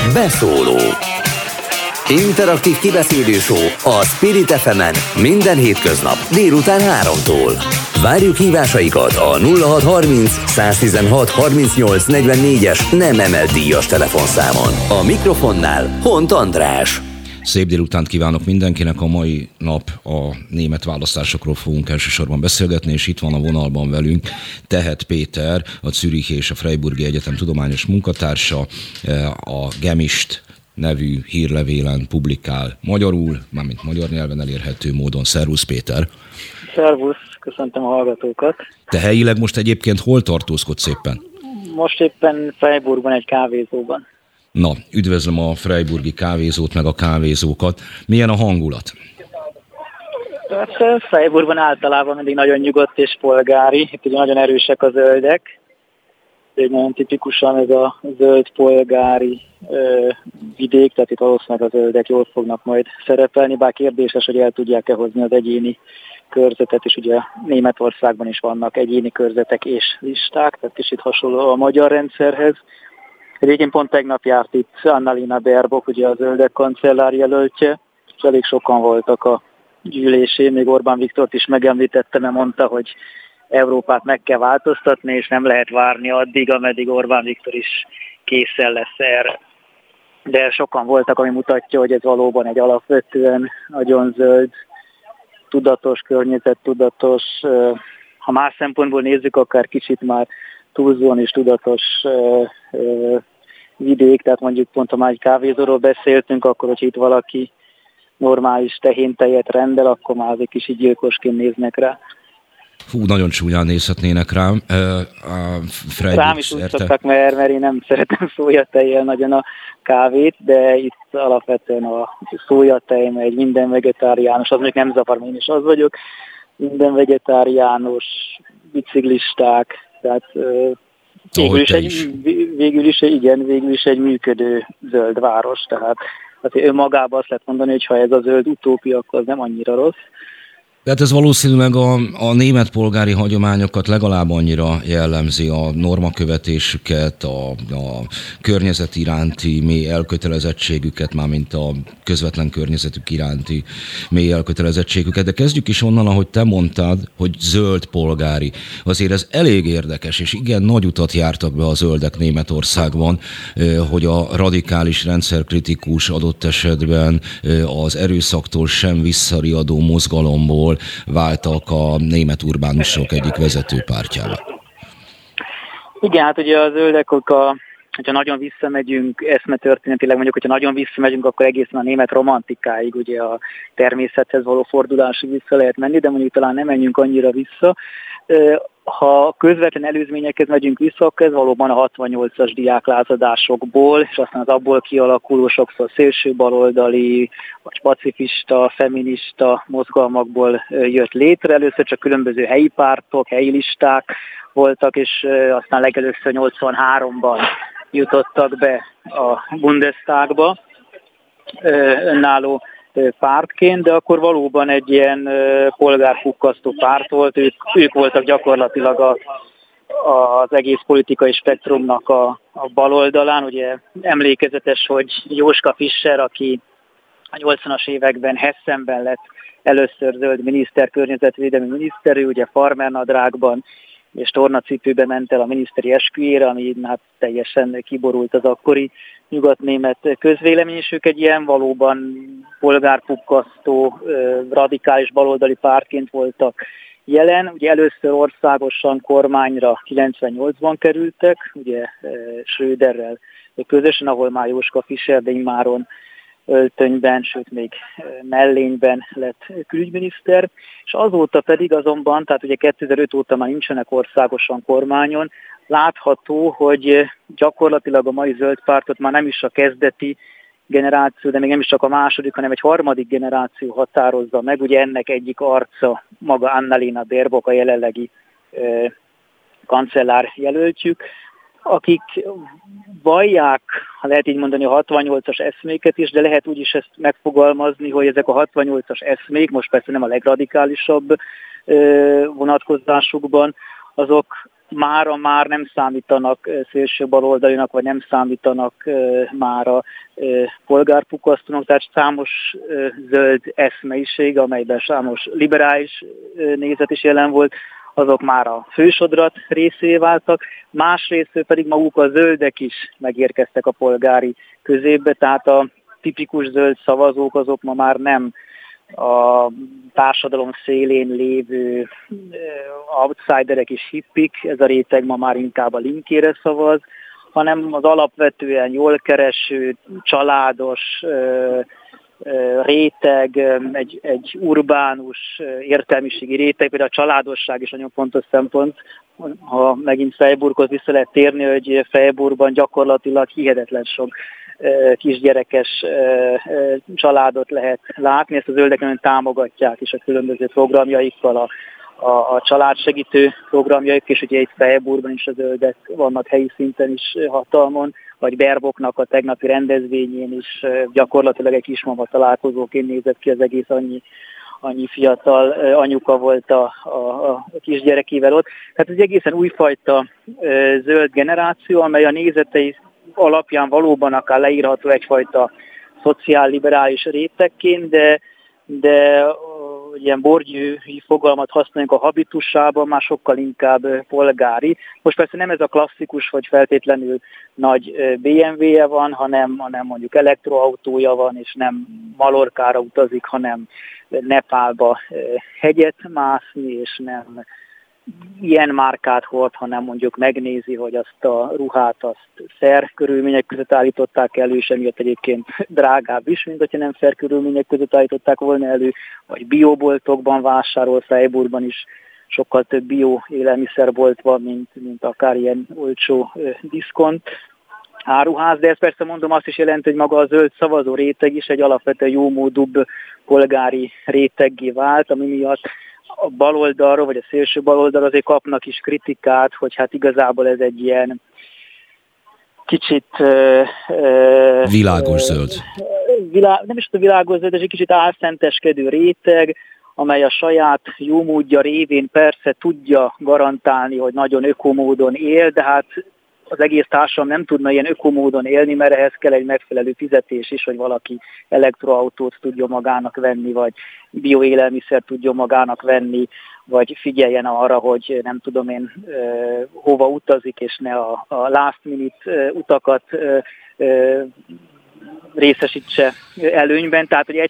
Beszóló. Interaktív kibeszélő show a Spirit FM-en minden hétköznap délután 3-tól. Várjuk hívásaikat a 0630 116 38 44-es nem emelt díjas telefonszámon. A mikrofonnál Hont András. Szép délutánt kívánok mindenkinek, a mai nap a német választásokról fogunk elsősorban beszélgetni, és itt van a vonalban velünk Tehet Péter, a Zürich és a Freiburgi Egyetem tudományos munkatársa, a Gemist nevű hírlevélen publikál magyarul, mármint magyar nyelven elérhető módon. Szervusz Péter! Szervusz, köszöntöm a hallgatókat! Te helyileg most egyébként hol tartózkodsz éppen? Most éppen Freiburgban egy kávézóban. Na, üdvözlöm a freiburgi kávézót, meg a kávézókat. Milyen a hangulat? Hát Freiburgban általában mindig nagyon nyugodt és polgári. Itt ugye nagyon erősek a zöldek. Egy nagyon tipikusan ez a zöld polgári vidék, tehát itt valószínűleg a zöldek jól fognak majd szerepelni, bár kérdéses, hogy el tudják-e hozni az egyéni körzetet, és ugye Németországban is vannak egyéni körzetek és listák, tehát kicsit hasonló a magyar rendszerhez. Egyébként pont tegnap járt itt Annalena Baerbock, ugye a zöldek kancellárjelöltje, és elég sokan voltak a gyűlésén, még Orbán Viktort is megemlítette, mert mondta, hogy Európát meg kell változtatni, és nem lehet várni addig, ameddig Orbán Viktor is készen lesz erre. De sokan voltak, ami mutatja, hogy ez valóban egy alapvetően nagyon zöld, tudatos, környezettudatos, ha más szempontból nézzük, akár kicsit már túlzóan és tudatos vidék, tehát mondjuk pont ha már egy kávézóról beszéltünk, akkor hogyha itt valaki normális tehéntejet rendel, akkor már azok is így gyilkosként néznek rá. Hú, nagyon csúnyán nézhetnének rám. Rám is úgy szoktak, mert én nem szeretem szójatejjel nagyon a kávét, de itt alapvetően a szójatej, egy minden vegetáriánus, az még nem zavar, én is az vagyok, minden vegetáriánus, biciklisták, tehát végül is egy működő zöld város, tehát önmagában azt lehet mondani, hogy ha ez a zöld utópia, akkor az nem annyira rossz. Tehát ez valószínűleg a német polgári hagyományokat legalább annyira jellemzi, a normakövetésüket, a környezet iránti mély elkötelezettségüket, mármint a közvetlen környezetük iránti mély elkötelezettségüket. De kezdjük is onnan, ahogy te mondtad, hogy zöld polgári. Azért ez elég érdekes, és igen, nagy utat jártak be a zöldek Németországban, hogy a radikális rendszerkritikus, adott esetben az erőszaktól sem visszariadó mozgalomból váltak a német urbánusok egyik vezető pártjába. Igen, hát ugye a zöldek, hogyha nagyon visszamegyünk eszmetörténetileg, mondjuk, hogyha nagyon visszamegyünk, akkor egészen a német romantikáig, ugye a természethez való fordulásig vissza lehet menni, de mondjuk talán nem menjünk annyira vissza. Ha közvetlen előzményekhez megyünk vissza, akkor ez valóban a 68-as diáklázadásokból, és aztán az abból kialakuló sokszor szélső baloldali, vagy pacifista, feminista mozgalmakból jött létre. Először csak különböző helyi pártok, helyi listák voltak, és aztán legelőször 83-ban jutottak be a Bundestagba önálló pártként, de akkor valóban egy ilyen polgárpukkasztó párt volt, ők voltak gyakorlatilag az egész politikai spektrumnak a baloldalán. Ugye emlékezetes, hogy Joschka Fischer, aki a 80-as években Hessenben lett először zöld miniszter, környezetvédelmi miniszter, ő ugye farmernadrágban és tornacipőbe ment el a miniszteri esküjére, ami hát teljesen kiborult az akkori nyugatnémet közvélemény, és ők egy ilyen valóban polgárpukkasztó, radikális baloldali pártként voltak jelen. Ugye először országosan kormányra 98-ban kerültek, ugye Schröderrel közösen, ahol már Joschka Fischer, de immáron öltönyben, sőt még mellényben lett külügyminiszter, és azóta pedig azonban, tehát ugye 2005 óta már nincsenek országosan kormányon, látható, hogy gyakorlatilag a mai zöld pártot már nem is a kezdeti generáció, de még nem is csak a második, hanem egy harmadik generáció határozza meg. Ugye ennek egyik arca maga Annalena Baerbock, a jelenlegi kancellár jelöltjük, akik vallják, ha lehet így mondani, a 68-as eszméket is, de lehet úgy is ezt megfogalmazni, hogy ezek a 68-as eszmék, most persze nem a legradikálisabb vonatkozásukban, azok már nem számítanak szélső baloldalinak, vagy nem számítanak már a polgárpukkasztónak, tehát számos zöld eszmeiség, amelyben számos liberális nézet is jelen volt, azok már a fősodrat részévé váltak, másrészt pedig maguk a zöldek is megérkeztek a polgári középbe, tehát a tipikus zöld szavazók azok ma már nem a társadalom szélén lévő outsiderek és hippik, ez a réteg ma már inkább a linkére szavaz, hanem az alapvetően jól kereső, családos réteg, egy urbánus értelmiségi réteg, például a családosság is nagyon fontos szempont, ha megint Freiburghoz vissza lehet térni, hogy Freiburgban gyakorlatilag hihetetlen sok kisgyerekes családot lehet látni, ezt a zöldek nagyon támogatják is a különböző programjaikkal, a családsegítő programjaik, és ugye itt Freiburgban is a zöldek vannak helyi szinten is hatalmon, vagy Baerbocknak a tegnapi rendezvényén is gyakorlatilag egy kismama találkozóként nézett ki az egész, annyi fiatal anyuka volt a kisgyerekével ott. Tehát ez egy egészen újfajta zöld generáció, amely a nézetei alapján valóban akár leírható egyfajta szociálliberális rétegként, de ilyen borgyűi fogalmat használjunk a habitusában, már sokkal inkább polgári. Most persze nem ez a klasszikus, hogy feltétlenül nagy BMW-je van, hanem mondjuk elektroautója van, és nem Mallorcára utazik, hanem Nepálba hegyet mászni, és nem ilyen márkát hord, hanem mondjuk megnézi, hogy azt a ruhát fair körülmények között állították elő, és emiatt egyébként drágább is, mint hogyha nem fair körülmények között állították volna elő, vagy bioboltokban vásárol, Freiburgban is sokkal több bio élelmiszerbolt van, mint akár ilyen olcsó diszkont áruház, de ez persze mondom azt is jelenti, hogy maga a zöld szavazó réteg is egy alapvetően jómódúbb polgári réteggé vált, ami miatt a baloldalról, vagy a szélső baloldalról azért kapnak is kritikát, hogy hát igazából ez egy ilyen kicsit... világos zöld. Nem is a világos zöld, ez egy kicsit álszenteskedő réteg, amely a saját jómódja révén persze tudja garantálni, hogy nagyon ökomódon él, de hát az egész társadalom nem tudna ilyen ökomódon élni, mert ehhez kell egy megfelelő fizetés is, hogy valaki elektroautót tudjon magának venni, vagy bioélelmiszert tudjon magának venni, vagy figyeljen arra, hogy nem tudom én hova utazik, és ne a last minute utakat részesítse előnyben. Tehát, hogy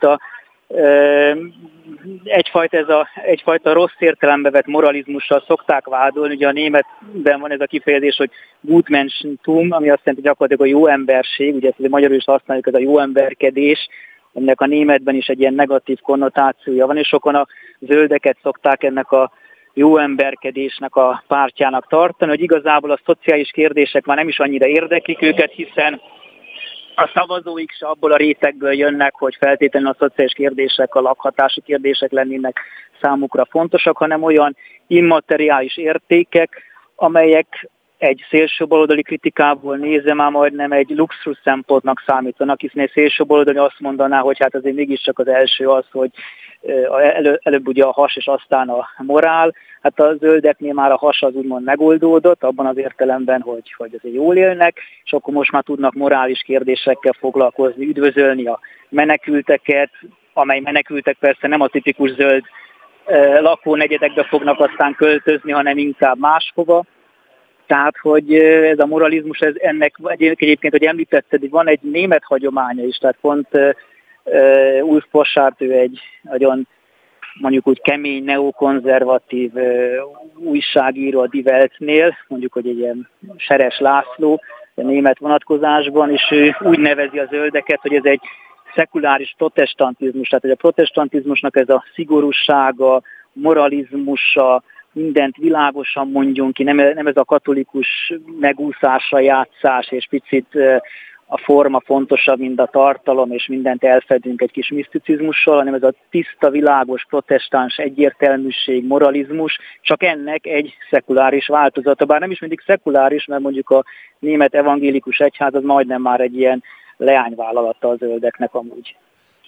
egyfajta rossz értelembe vett moralizmussal szokták vádolni. Ugye a németben van ez a kifejezés, hogy Gutmenschentum, ami azt jelenti gyakorlatilag a jó emberség, ugye ezt magyarul is használjuk, ez a jó emberkedés, aminek a németben is egy ilyen negatív konnotációja van, és sokan a zöldeket szokták ennek a jó emberkedésnek a pártjának tartani, hogy igazából a szociális kérdések már nem is annyira érdeklik őket, hiszen a szavazóik se abból a rétegből jönnek, hogy feltétlenül a szociális kérdések, a lakhatási kérdések lennének számukra fontosak, hanem olyan immateriális értékek, amelyek egy szélsőbaloldali kritikából nézve már majdnem egy luxus szempontnak számítanak, hiszen egy szélsőbaloldali azt mondaná, hogy hát azért mégiscsak az első az, hogy előbb ugye a has és aztán a morál. Hát a zöldeknél már a has az úgymond megoldódott, abban az értelemben, hogy azért jól élnek, és akkor most már tudnak morális kérdésekkel foglalkozni, üdvözölni a menekülteket, amely menekültek persze nem a tipikus zöld lakónegyedekbe fognak aztán költözni, hanem inkább máshova. Tehát, hogy ez a moralizmus, ez ennek egyébként, hogy említetted, hogy van egy német hagyománya is, tehát pont Ulf Poschardt, ő egy nagyon mondjuk úgy kemény, neokonzervatív újságíró a Die Weltnél, mondjuk, hogy egy ilyen Seres László a német vonatkozásban, és ő úgy nevezi a zöldeket, hogy ez egy szekuláris protestantizmus, tehát hogy a protestantizmusnak ez a szigorúsága, moralizmusa, mindent világosan mondjon ki, nem ez a katolikus megúszásra játszás, és picit a forma fontosabb, mint a tartalom, és mindent elfedünk egy kis miszticizmussal, hanem ez a tiszta, világos, protestáns egyértelműség, moralizmus, csak ennek egy szekuláris változata. Bár nem is mindig szekuláris, mert mondjuk a német evangélikus egyház az majdnem már egy ilyen leányvállalata a zöldeknek amúgy.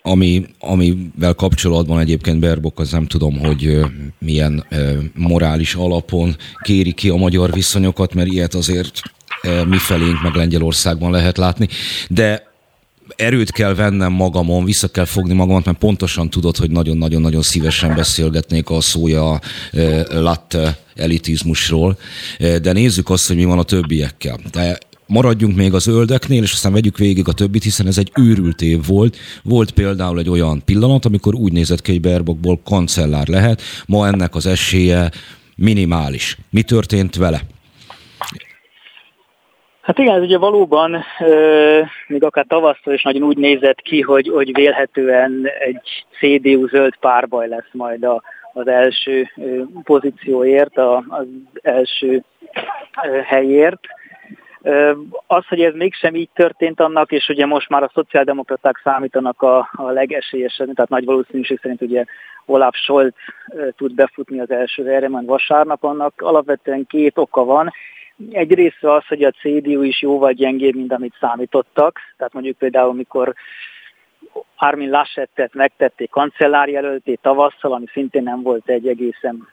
Amivel kapcsolatban egyébként Baerbock, az nem tudom, hogy milyen morális alapon kéri ki a magyar viszonyokat, mert ilyet azért mifelénk meg Lengyelországban lehet látni, de erőt kell vennem magamon, vissza kell fogni magamat, mert pontosan tudod, hogy nagyon-nagyon-nagyon szívesen beszélgetnék a szója latte elitizmusról, de nézzük azt, hogy mi van a többiekkel. De maradjunk még az zöldeknél, és aztán vegyük végig a többit, hiszen ez egy őrült év volt. Volt például egy olyan pillanat, amikor úgy nézett ki, hogy Baerbockból kancellár lehet, ma ennek az esélye minimális. Mi történt vele? Hát igen, ez ugye valóban még akár tavasszal is nagyon úgy nézett ki, hogy vélhetően egy CDU-zöld párbaj lesz majd az első pozícióért, az első helyért. Az, hogy ez mégsem így történt annak, és ugye most már a szociáldemokraták számítanak a legesélyesebb, tehát nagy valószínűség szerint ugye Olaf Scholz tud befutni az első helyre, majd vasárnap, annak alapvetően két oka van. Egyrészt az, hogy a CDU is jóval gyengébb, mint amit számítottak. Tehát mondjuk például, amikor Armin Laschettet megtették kancellárjelölté tavasszal, ami szintén nem volt egy egészen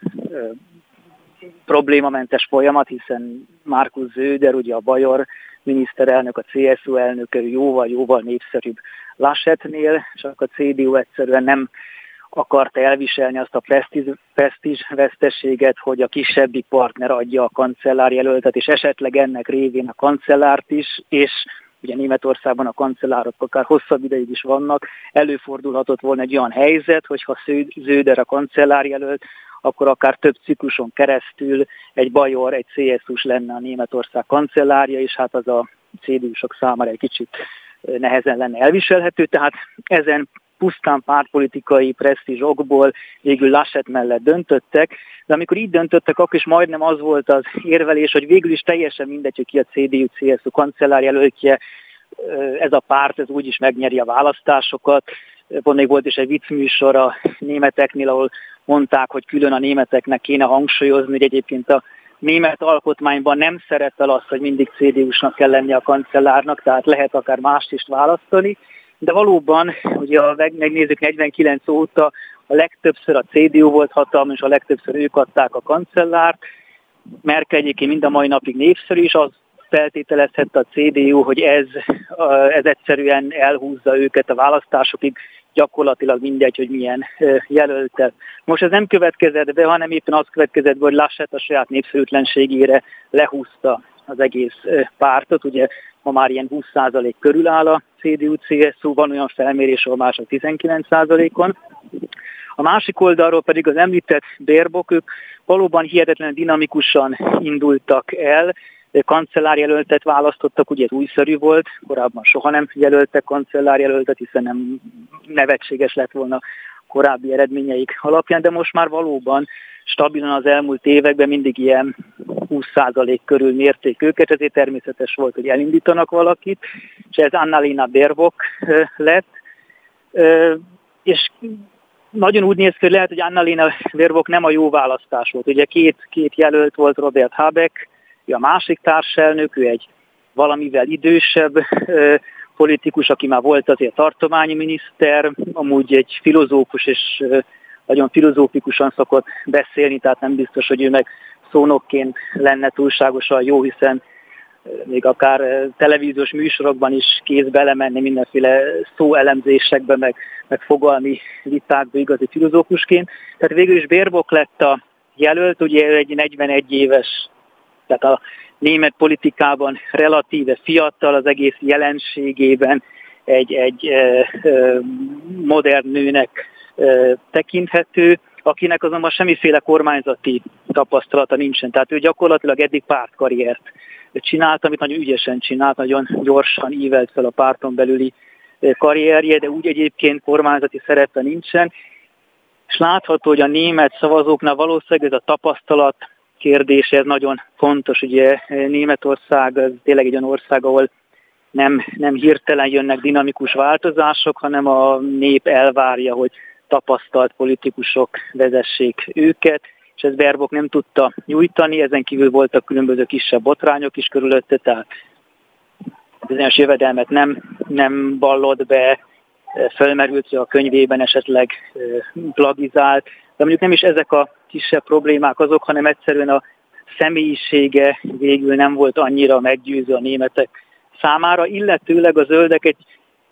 problémamentes folyamat, hiszen Markus Söder, ugye a bajor miniszterelnök, a CSU elnöke jóval népszerűbb Laschetnél, csak a CDU egyszerűen nem akarta elviselni azt a presztízs veszteséget, hogy a kisebbik partner adja a kancellárjelöltet, és esetleg ennek révén a kancellárt is, és ugye Németországban a kancellárok akár hosszabb ideig is vannak, előfordulhatott volna egy olyan helyzet, hogyha Söder a kancellárjelölt, akkor akár több cikluson keresztül egy bajor, egy CSU-s lenne a Németország kancellárja, és hát az a CDU-sok számára egy kicsit nehezen lenne elviselhető, tehát ezen pusztán pártpolitikai presztízsokból végül Laschet mellett döntöttek, de amikor így döntöttek, akkor is majdnem az volt az érvelés, hogy végül is teljesen mindegy, hogy ki a CDU-CSU kancellárjelöltje, ez a párt, ez úgyis megnyeri a választásokat. Pont még volt is egy viccműsor a németeknél, ahol mondták, hogy külön a németeknek kéne hangsúlyozni, hogy egyébként a német alkotmányban nem szerepel az, hogy mindig CDU-snak kell lenni a kancellárnak, tehát lehet akár mást is választani. De valóban, ugye megnézzük 49 óta a legtöbbször a CDU volt hatalmas, és a legtöbbször ők adták a kancellárt. Merkel egyébként mind a mai napig népszerű, és az feltételezhette a CDU, hogy ez egyszerűen elhúzza őket a választásokig, gyakorlatilag mindegy, hogy milyen jelöltet. Most ez nem következett be, hanem éppen az következett be, hogy Laschet a saját népszerűtlenségére lehúzta az egész pártot. Ugye ma már ilyen 20% körül áll a CDU-CSU, van olyan felmérés, ahol mások 19%-on. A másik oldalról pedig az említett Baerbock, ők valóban hihetetlen dinamikusan indultak el, kancellárjelöltet választottak, ugye ez újszerű volt, korábban soha nem jelöltek kancellárjelöltet, hiszen nem nevetséges lett volna korábbi eredményeik alapján, de most már valóban stabilan az elmúlt években mindig ilyen 20% körül mérték őket, ezért természetes volt, hogy elindítanak valakit, és ez Annalena Baerbock lett, és nagyon úgy néz ki, hogy lehet, hogy Annalena Baerbock nem a jó választás volt. Ugye két jelölt volt, Robert Habeck, a másik társelnök, ő egy valamivel idősebb politikus, aki már volt azért tartományi miniszter, amúgy egy filozófus, és nagyon filozófikusan szokott beszélni, tehát nem biztos, hogy ő meg szónokként lenne túlságosan jó, hiszen még akár televíziós műsorokban is kész belemenni mindenféle szóelemzésekbe, meg fogalmi vitákba igazi filozófusként. Tehát végül is Baerbock lett a jelölt, ugye egy 41 éves, tehát a német politikában relatíve fiatal, az egész jelenségében egy modern nőnek tekinthető, akinek azonban semmiféle kormányzati tapasztalata nincsen. Tehát ő gyakorlatilag eddig pártkarriert csinált, amit nagyon ügyesen csinált, nagyon gyorsan ívelt fel a párton belüli karrierje, de úgy egyébként kormányzati szerepe nincsen. És látható, hogy a német szavazóknál valószínűleg ez a tapasztalat kérdése, ez nagyon fontos. Ugye Németország az tényleg egy olyan ország, ahol nem hirtelen jönnek dinamikus változások, hanem a nép elvárja, hogy tapasztalt politikusok vezessék őket, és ezt Baerbock nem tudta nyújtani, ezen kívül voltak különböző kisebb botrányok is körülötte, tehát bizonyos jövedelmet nem vallott be, felmerült, hogy a könyvében esetleg plagizált, de mondjuk nem is ezek a kisebb problémák azok, hanem egyszerűen a személyisége végül nem volt annyira meggyőző a németek számára, illetőleg a zöldek egy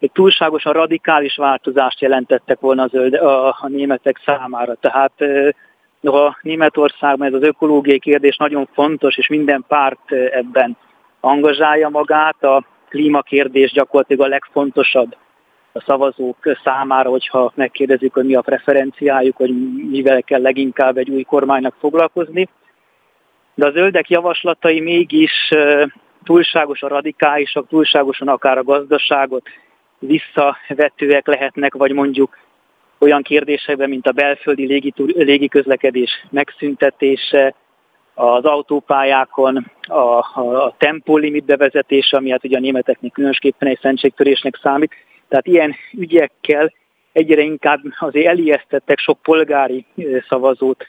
egy túlságosan radikális változást jelentettek volna a németek számára. Tehát noha Németországban ez az ökológiai kérdés nagyon fontos, és minden párt ebben angazsálja magát, a klímakérdés gyakorlatilag a legfontosabb a szavazók számára, hogyha megkérdezik, hogy mi a preferenciájuk, hogy mivel kell leginkább egy új kormánynak foglalkozni. De a zöldek javaslatai mégis túlságosan radikálisak, túlságosan akár a gazdaságot visszavetőek lehetnek, vagy mondjuk olyan kérdésekben, mint a belföldi légiközlekedés megszüntetése, az autópályákon a tempólimit bevezetése, ami hát ugye a németeknek különösképpen egy szentségtörésnek számít. Tehát ilyen ügyekkel egyre inkább azért elijesztettek sok polgári szavazót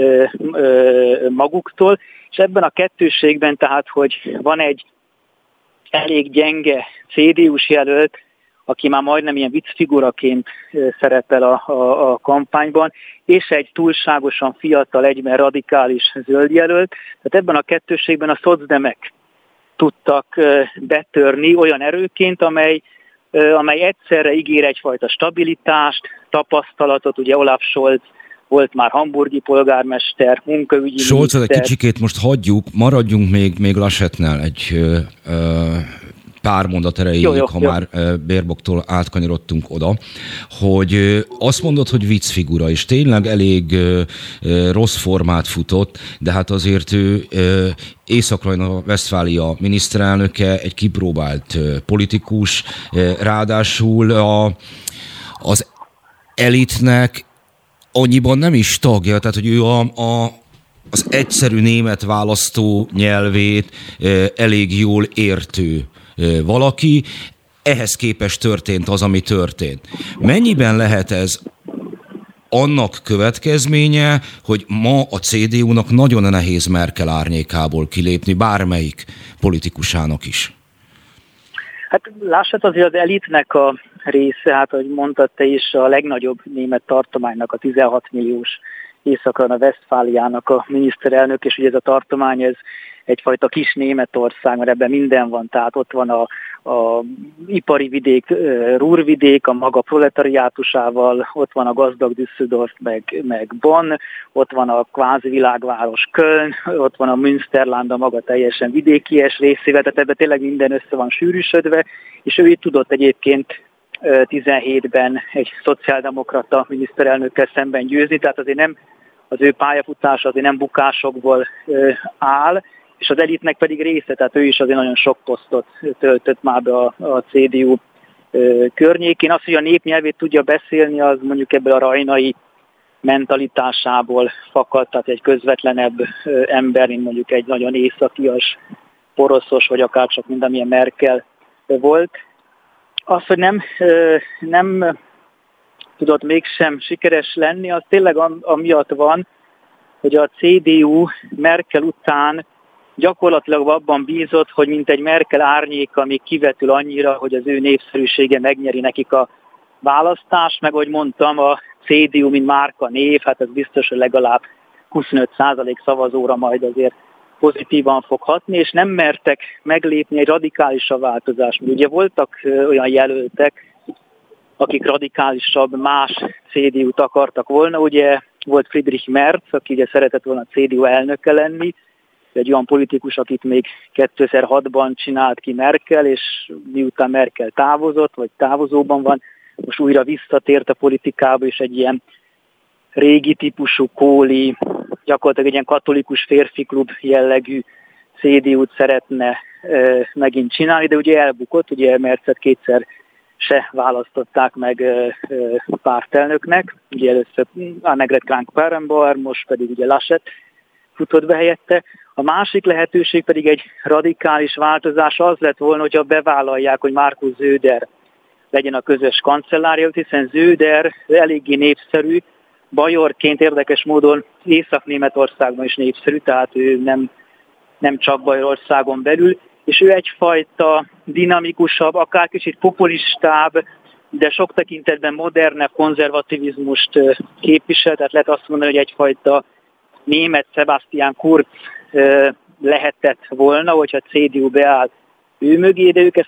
maguktól, és ebben a kettősségben tehát, hogy van egy elég gyenge CDU-s jelölt, aki már majdnem ilyen viccfiguraként szerepel a kampányban, és egy túlságosan fiatal, egyben radikális zöld jelölt. Tehát ebben a kettősségben a szocdemek tudtak betörni olyan erőként, amely egyszerre ígér egyfajta stabilitást, tapasztalatot, ugye Olaf Scholz volt már hamburgi polgármester, munkaügyi Scholzot egy kicsikét most hagyjuk, maradjunk még Laschetnál egy pár mondat erejéig, ha már Baerbocktól átkanyarodtunk oda, hogy azt mondod, hogy viccfigura, és tényleg elég rossz formát futott, de hát azért ő Észak-Rajna-Vesztfália miniszterelnöke, egy kipróbált politikus, ráadásul az elitnek annyiban nem is tagja, tehát hogy ő az egyszerű német választó nyelvét elég jól értő valaki, ehhez képest történt az, ami történt. Mennyiben lehet ez annak következménye, hogy ma a CDU-nak nagyon nehéz Merkel árnyékából kilépni, bármelyik politikusának is? Hát lássad, azért az elitnek a része, hát ahogy mondtad te is, a legnagyobb német tartománynak, a 16 milliós Észak-Rajna-Vesztfáliának a miniszterelnök, és ugye ez a tartomány, ez egyfajta kis Németország, mert ebben minden van, tehát ott van a ipari vidék, Ruhrvidék, a maga proletariátusával, ott van a gazdag Düsseldorf, meg Bonn, ott van a kvázi világváros Köln, ott van a Münsterland, a maga teljesen vidékies részével, tehát ebben tényleg minden össze van sűrűsödve, és ő itt tudott egyébként 17-ben egy szociáldemokrata miniszterelnökkel szemben győzni, tehát azért nem, az ő pályafutása azért nem bukásokból áll, és az elitnek pedig része, tehát ő is azért nagyon sok posztot töltött már be a CDU környékén. Az, hogy a népnyelvét tudja beszélni, az mondjuk ebből a rajnai mentalitásából fakad, tehát egy közvetlenebb ember, mint mondjuk egy nagyon északias, poroszos, vagy akár csak mint amilyen Merkel volt. Az, hogy nem tudott mégsem sikeres lenni, az tényleg amiatt van, hogy a CDU Merkel után gyakorlatilag abban bízott, hogy mint egy Merkel árnyéka, ami kivetül annyira, hogy az ő népszerűsége megnyeri nekik a választást, meg ahogy mondtam, a CDU, mint márka név, hát ez biztos, hogy legalább 25% szavazóra majd azért pozitívan fog hatni, és nem mertek meglépni egy radikálisabb változást. Ugye voltak olyan jelöltek, akik radikálisabb, más CDU-t akartak volna. Ugye volt Friedrich Merz, aki ugye szeretett volna a CDU elnöke lenni, egy olyan politikus, akit még 2006-ban csinált ki Merkel, és miután Merkel távozott, vagy távozóban van, most újra visszatért a politikába, és egy ilyen régi típusú kóli, gyakorlatilag egy ilyen katolikus férfiklub jellegű CDU-t szeretne megint csinálni, de ugye elbukott, ugye Merzet kétszer se választották meg pártelnöknek, ugye először Annegret Kramp-Karrenbauer, most pedig ugye Laschet futott be helyette. A másik lehetőség pedig egy radikális változás az lett volna, hogyha bevállalják, hogy Markus Söder legyen a közös kancellárja, hiszen Söder eléggé népszerű, bajorként érdekes módon Észak-Németországban is népszerű, tehát ő nem csak Bajorországon belül, és ő egyfajta dinamikusabb, akár kicsit populistább, de sok tekintetben modernebb konzervativizmust képvisel, tehát lehet azt mondani, hogy egyfajta német Sebastian Kurz lehetett volna, hogyha CDU beáll ő mögé, de ők ezt nem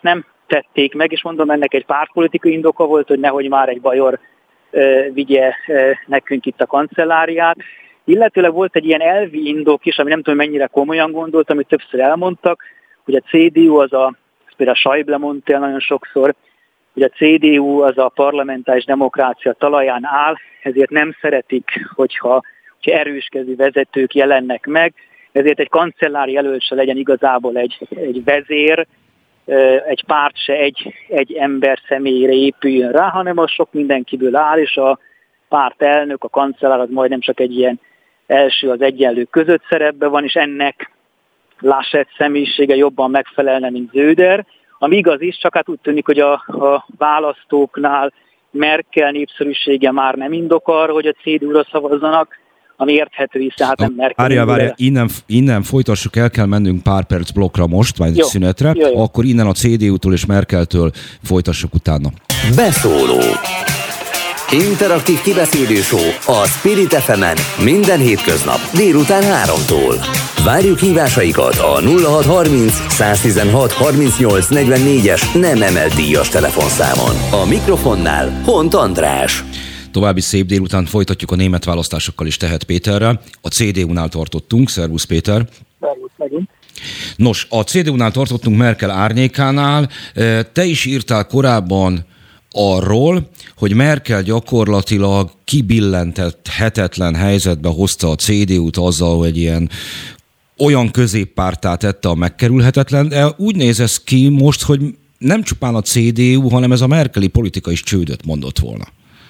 tették meg, és mondom, ennek egy pártpolitikai indoka volt, hogy nehogy már egy bajor vigye nekünk itt a kancelláriát. Illetőleg volt egy ilyen elvi indok is, ami nem tudom mennyire komolyan gondolt, amit többször elmondtak, hogy a CDU például Schäuble mondta el nagyon sokszor, hogy a CDU az a parlamentáris demokrácia talaján áll, ezért nem szeretik, hogyha erőskező vezetők jelennek meg, ezért egy kancellár jelölt se legyen igazából egy vezér, egy párt se egy ember személyére épüljön rá, hanem az sok mindenkiből áll, és a párt elnök, a kancellár az majdnem csak egy ilyen első az egyenlők között szerepben van, és ennek Laschet személyisége jobban megfelelne, mint Söder, ami igaz is, csak hát úgy tűnik, hogy a választóknál Merkel népszerűsége már nem indok arra, hogy a CDU-ra szavazzanak, ami érthető, hiszen hát nem Merkel. Várjál, innen folytassuk, el kell mennünk pár perc blokkra most, majd szünetre, jó. Akkor innen a CDU-tól és Merkeltől folytassuk utána. Beszóló. Interaktív kibeszélő show a Spirit FM-en minden hétköznap délután 3-tól. Várjuk hívásaikat a 0630 116 38 44-es nem emelt díjas telefonszámon. A mikrofonnál Hont András. További szép délután folytatjuk a német választásokkal is Tehet Péterrel. A CDU-nál tartottunk. Szervusz Péter. Szervusz megint. Nos, a CDU-nál tartottunk Merkel árnyékánál. Te is írtál korábban arról, hogy Merkel gyakorlatilag kibillenthetetlen helyzetbe hozta a CDU-t azzal, hogy egy olyan középpárttá tette a megkerülhetetlen, de úgy néz ez ki most, hogy nem csupán a CDU, hanem ez a merkeli politika is csődöt mondott volna.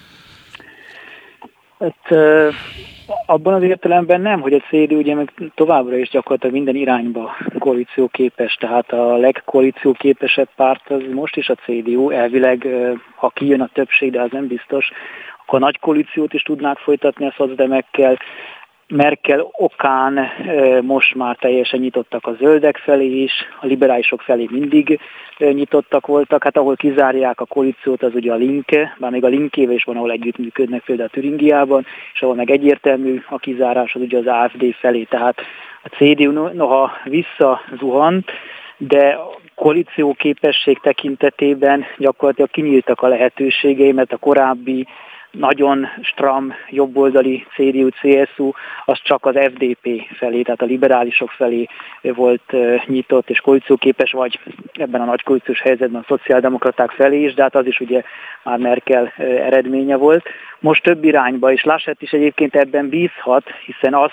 Hát, abban az értelemben nem, hogy a CDU ugye meg továbbra is gyakorlatilag minden irányba koalícióképes, tehát a legkoalícióképesebb párt az most is a CDU, elvileg ha kijön a többség, de az nem biztos, akkor a nagy koalíciót is tudnák folytatni a szocdemekkel. Merkel okán most már teljesen nyitottak a zöldek felé is, a liberálisok felé mindig nyitottak voltak, hát ahol kizárják a koalíciót, az ugye a Linke, bár még a Linkével is van, ahol együttműködnek például a Türingiában, és ahol meg egyértelmű a kizárás, az ugye az AfD felé, tehát a CDU noha visszazuhant, de koalícióképesség tekintetében gyakorlatilag kinyíltak a lehetőségei, mert a korábbi nagyon stram jobboldali CDU-CSU, az csak az FDP felé, tehát a liberálisok felé volt nyitott és koalícióképes, vagy ebben a nagy koalíciós helyzetben a szociáldemokraták felé is, de hát az is ugye már Merkel eredménye volt. Most több irányba, és Laschet is egyébként ebben bízhat, hiszen az,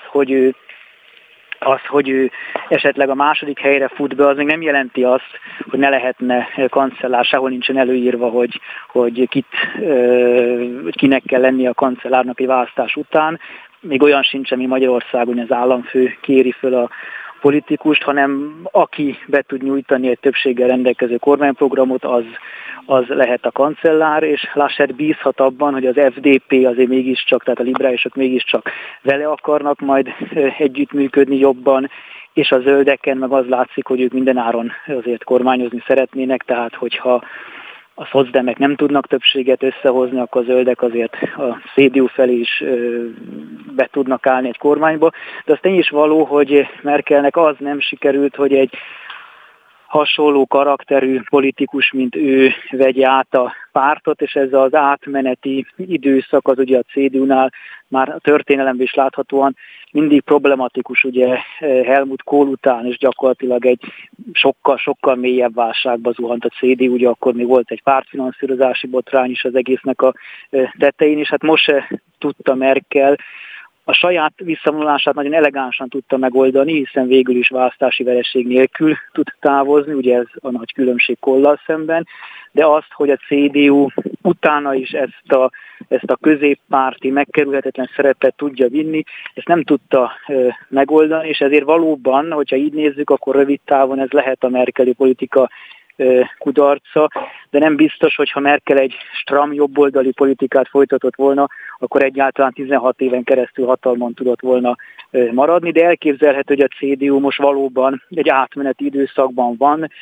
hogy ő esetleg a második helyre fut be, az még nem jelenti azt, hogy ne lehetne kancellár, sehol nincsen előírva, hogy kinek kell lennie a kancellárnak egy választás után. Még olyan sincs, ami Magyarországon az államfő kéri föl a politikust, hanem aki be tud nyújtani egy többséggel rendelkező kormányprogramot, az lehet a kancellár, és Laschet bízhat abban, hogy az FDP azért mégiscsak, tehát a liberálisok mégiscsak vele akarnak majd együttműködni jobban, és a zöldeken meg az látszik, hogy ők mindenáron azért kormányozni szeretnének, tehát hogyha a szocdemek nem tudnak többséget összehozni, akkor a zöldek azért a CDU felé is be tudnak állni egy kormányba. De az tény is való, hogy Merkelnek az nem sikerült, hogy egy hasonló karakterű politikus, mint ő vegye át a pártot, és ez az átmeneti időszak az ugye a CDU-nál már a történelemben is láthatóan mindig problematikus, ugye Helmut Kohl után, és gyakorlatilag egy sokkal mélyebb válságba zuhant a CDU, ugye akkor még volt egy pártfinanszírozási botrány is az egésznek a tetején, és hát most se tudta Merkel a saját visszavonulását nagyon elegánsan tudta megoldani, hiszen végül is választási vereség nélkül tud távozni, ugye ez a nagy különbség Kohllal szemben, de azt, hogy a CDU utána is ezt a középpárti megkerülhetetlen szerepet tudja vinni, ezt nem tudta megoldani, és ezért valóban, hogyha így nézzük, akkor rövid távon ez lehet a merkeli politika kudarca, de nem biztos, hogy ha Merkel egy stram jobboldali politikát folytatott volna, akkor egyáltalán 16 éven keresztül hatalmon tudott volna maradni, de elképzelhető, hogy a CDU most valóban egy átmeneti időszakban van,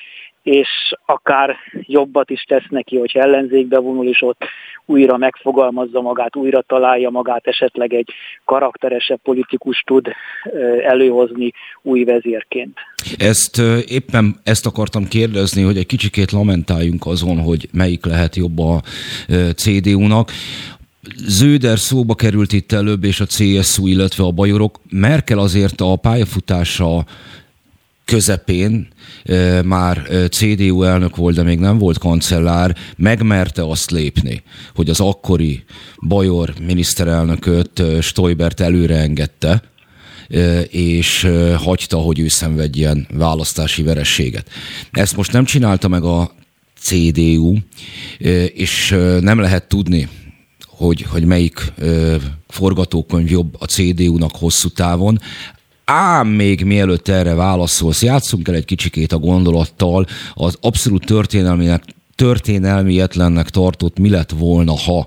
és akár jobbat is tesz neki, hogyha ellenzékbe vonul, és ott újra megfogalmazza magát, újra találja magát, esetleg egy karakteresebb politikus tud előhozni új vezérként. Éppen ezt akartam kérdezni, hogy egy kicsikét lamentáljunk azon, hogy melyik lehet jobb a CDU-nak. Zöder szóba került itt előbb, és a CSU, illetve a bajorok. Merkel azért a pályafutása közepén már CDU elnök volt, de még nem volt kancellár, megmerte azt lépni, hogy az akkori bajor miniszterelnököt, Stoibert előre engedte, és hagyta, hogy ő szenvedjen választási vereséget. Ezt most nem csinálta meg a CDU, és nem lehet tudni, hogy melyik forgatókönyv jobb a CDU-nak hosszú távon. Ám még mielőtt erre válaszolsz, játsszunk el egy kicsikét a gondolattal, az abszolút történelmietlennek tartott mi lett volna, ha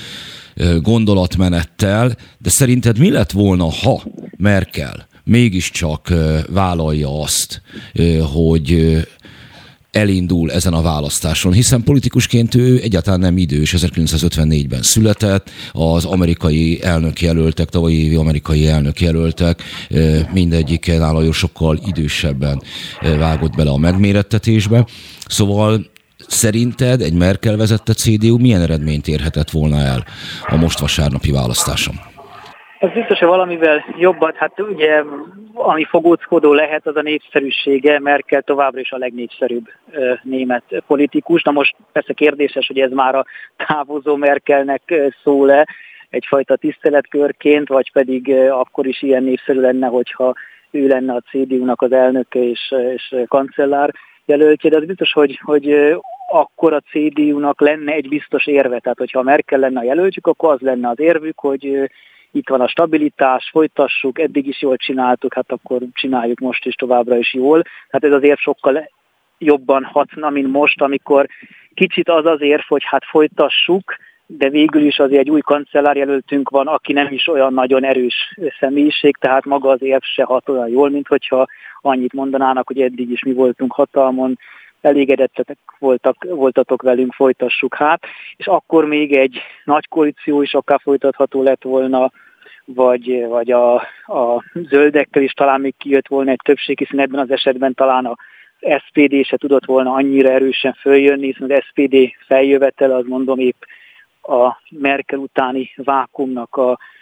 gondolatmenettel, de szerinted mi lett volna, ha Merkel mégiscsak vállalja azt, hogy elindul ezen a választáson, hiszen politikusként ő egyáltalán nem idős, 1954-ben született, az amerikai elnökjelöltek, tavalyi évi amerikai elnökjelöltek, mindegyik nála sokkal idősebben vágott bele a megmérettetésbe. Szóval szerinted egy Merkel vezette CDU milyen eredményt érhetett volna el a most vasárnapi választáson? Ez biztos, hogy valamivel jobbat, hát ugye, ami fogóckodó lehet, az a népszerűsége. Merkel továbbra is a legnépszerűbb német politikus. Na most persze kérdéses, hogy ez már a távozó Merkelnek szól-e egyfajta tiszteletkörként, vagy pedig akkor is ilyen népszerű lenne, hogyha ő lenne a CDU-nak az elnöke és kancellár jelöltje. De az biztos, hogy akkor a CDU-nak lenne egy biztos érve. Tehát, hogyha Merkel lenne a jelöltjük, akkor az lenne az érvük, hogy itt van a stabilitás, folytassuk, eddig is jól csináltuk, hát akkor csináljuk most is továbbra is jól. Hát ez az érv sokkal jobban hatna, mint most, amikor kicsit az az érv, hogy hát folytassuk, de végül is azért egy új kancellárjelöltünk van, aki nem is olyan nagyon erős személyiség, tehát maga az érv se hat olyan jól, mint hogyha annyit mondanának, hogy eddig is mi voltunk hatalmon, elégedettek voltatok velünk, folytassuk hát, és akkor még egy nagy koalíció is akár folytatható lett volna, vagy a zöldekkel is talán még kijött volna egy többség, hiszen ebben az esetben talán az SPD se tudott volna annyira erősen följönni, hiszen az SPD feljövetele, az mondom épp a Merkel utáni vákuumnak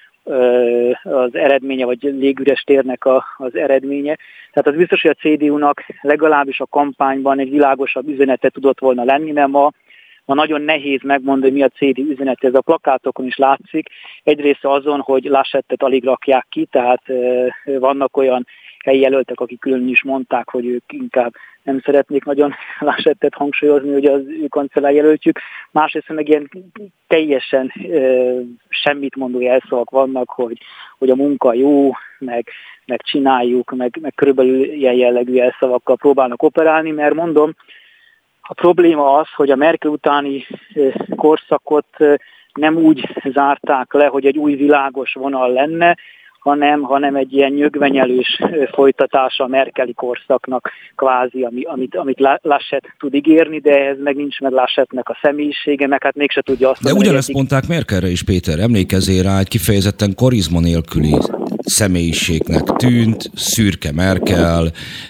az eredménye, vagy légüres térnek az eredménye. Tehát az biztos, hogy a CDU-nak legalábbis a kampányban egy világosabb üzenete tudott volna lenni, mert ma nagyon nehéz megmondani, hogy mi a CDU üzenete. Ez a plakátokon is látszik. Egyrészt azon, hogy Laschettet alig rakják ki, tehát vannak olyan helyi jelöltek, akik külön is mondták, hogy ők inkább nem szeretnék nagyon Laschettet hangsúlyozni, hogy az ő kancellárjelöltjük. Másrészt meg ilyen teljesen semmit mondó jelszavak vannak, hogy a munka jó, meg csináljuk, meg körülbelül ilyen jellegű jelszavakkal próbálnak operálni, mert mondom, a probléma az, hogy a Merkel utáni korszakot nem úgy zárták le, hogy egy új világos vonal lenne, hanem egy ilyen nyögvenyelős folytatása a merkeli korszaknak kvázi, amit Laschet tud ígérni, de ez meg nincs meg Laschetnek a személyisége, meg hát mégse tudja azt. De ugyanezt mondták Merkelre is, Péter, emlékezzél rá, egy kifejezetten karizma nélküli személyiségnek tűnt, szürke Merkel,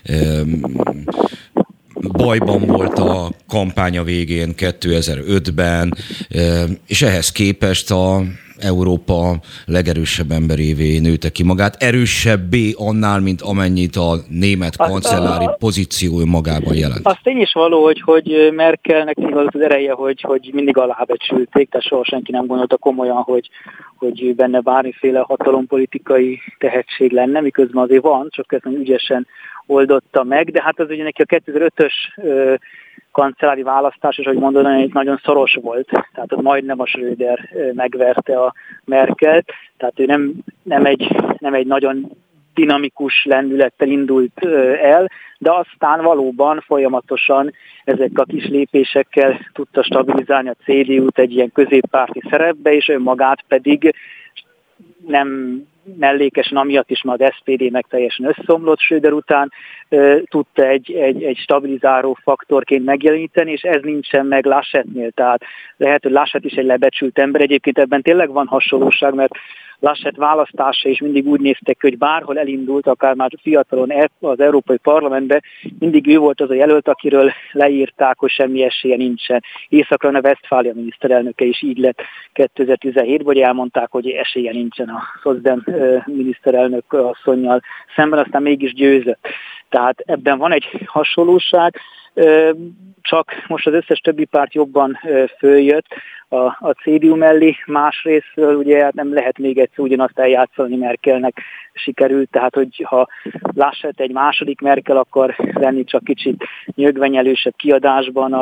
bajban volt a kampánya végén 2005-ben, és ehhez képest a Európa legerősebb emberévé nőtte ki magát, erősebbé annál, mint amennyit a német kancellári pozíció magában jelent. Az tény is való, hogy Merkelnek az ereje, hogy mindig alábecsülték, tehát soha senki nem gondolta komolyan, hogy benne bármiféle hatalompolitikai tehetség lenne, miközben azért van, csak ezt nagyon ügyesen oldotta meg, de hát az ugye neki a 2005-ös kancellári választás, és ahogy mondani, hogy nagyon szoros volt. Tehát az majdnem a Schröder megverte a Merkelt. Tehát ő nem egy nagyon dinamikus lendülettel indult el, de aztán valóban folyamatosan ezekkel a kis lépésekkel tudta stabilizálni a CDU-t egy ilyen középpárti szerepbe, és önmagát pedig nem mellékesen amiatt is, mert az SPD meg teljesen összeomlott Schröder után, tudta egy stabilizáló faktorként megjeleníteni, és ez nincsen meg Laschetnél. Tehát lehet, hogy Laschet is egy lebecsült ember. Egyébként ebben tényleg van hasonlóság, mert Laschet választása is mindig úgy néztek ki, hogy bárhol elindult, akár már fiatalon az Európai Parlamentbe, mindig ő volt az a jelölt, akiről leírták, hogy semmi esélye nincsen. Észak-Rhine-Westfália miniszterelnöke is így lett 2017-ben, hogy elmondták, hogy esélye nincsen a Szocdem miniszterelnök asszonnyal szemben, aztán mégis győzött. Tehát ebben van egy hasonlóság, csak most az összes többi párt jobban följött a CDU mellé, másrésztről ugye nem lehet még egyszer ugyanazt eljátszani, Merkelnek sikerült, tehát hogyha Laschet egy második Merkel akar lenni, csak kicsit nyögvenyelősebb kiadásban,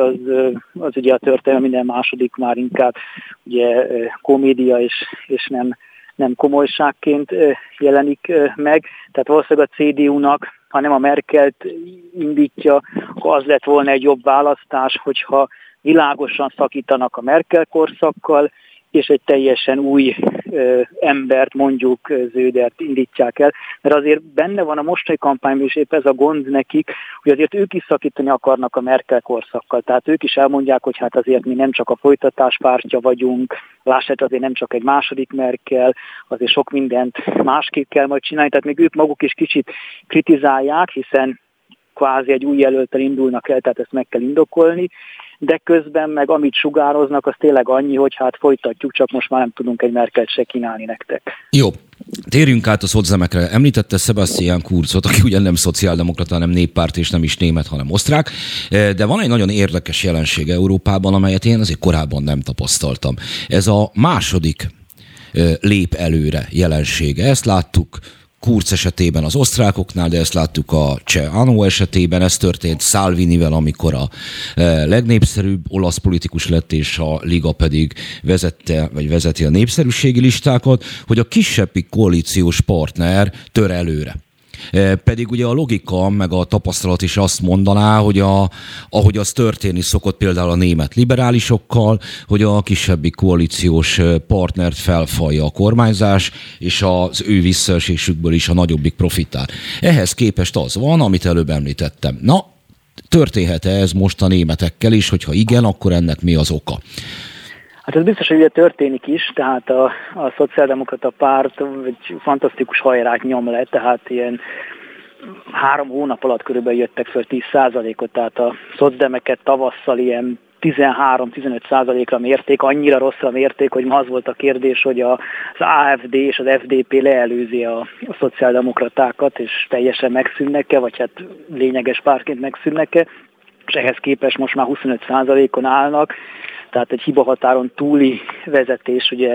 az ugye a történelem minden második már inkább ugye komédia és nem komolyságként jelenik meg, tehát valószínűleg a CDU-nak, ha nem a Merkelt indítja, az lett volna egy jobb választás, hogyha világosan szakítanak a Merkel korszakkal, és egy teljesen új embert, mondjuk Södert indítják el. Mert azért benne van a mostani kampányban is épp ez a gond nekik, hogy azért ők is szakítani akarnak a Merkel korszakkal. Tehát ők is elmondják, hogy hát azért mi nem csak a folytatás pártja vagyunk, Laschet azért nem csak egy második Merkel, azért sok mindent másképp kell majd csinálni. Tehát még ők maguk is kicsit kritizálják, hiszen kvázi egy új jelöltel indulnak el, tehát ezt meg kell indokolni. De közben meg amit sugároznak, az tényleg annyi, hogy hát folytatjuk, csak most már nem tudunk egy Merkelt se kínálni nektek. Jó, térjünk át a szocdemekre. Említette Sebastian Kurzot, aki ugyan nem szociáldemokrata, nem néppárt és nem is német, hanem osztrák, de van egy nagyon érdekes jelenség Európában, amelyet én azért korábban nem tapasztaltam. Ez a második lép előre jelensége. Ezt láttuk Kurz esetében az osztrákoknál, de ezt láttuk a cseh Ano esetében, ez történt Salvinivel, amikor a legnépszerűbb olasz politikus lett, és a Liga pedig vezeti a népszerűségi listákat, hogy a kisebbik koalíciós partner tör előre. Pedig ugye a logika, meg a tapasztalat is azt mondaná, hogy ahogy az történni szokott például a német liberálisokkal, hogy a kisebbik koalíciós partnert felfalja a kormányzás, és az ő visszaesésükből is a nagyobbik profitál. Ehhez képest az van, amit előbb említettem. Na, történhet-e ez most a németekkel is, hogyha igen, akkor ennek mi az oka? Hát ez biztos, hogy ugye történik is, tehát a szociáldemokrata párt egy fantasztikus hajrát nyom le, tehát ilyen 3 hónap alatt körülbelül jöttek föl 10%-ot, tehát a szocdemeket tavasszal ilyen 13-15%-ra mérték, annyira rosszra mérték, hogy ma az volt a kérdés, hogy az AfD és az FDP leelőzi a szociáldemokratákat, és teljesen megszűnnek-e, vagy hát lényeges pártként megszűnnek-e, és ehhez képest most már 25%-on állnak, tehát egy hibahatáron túli vezetés, ugye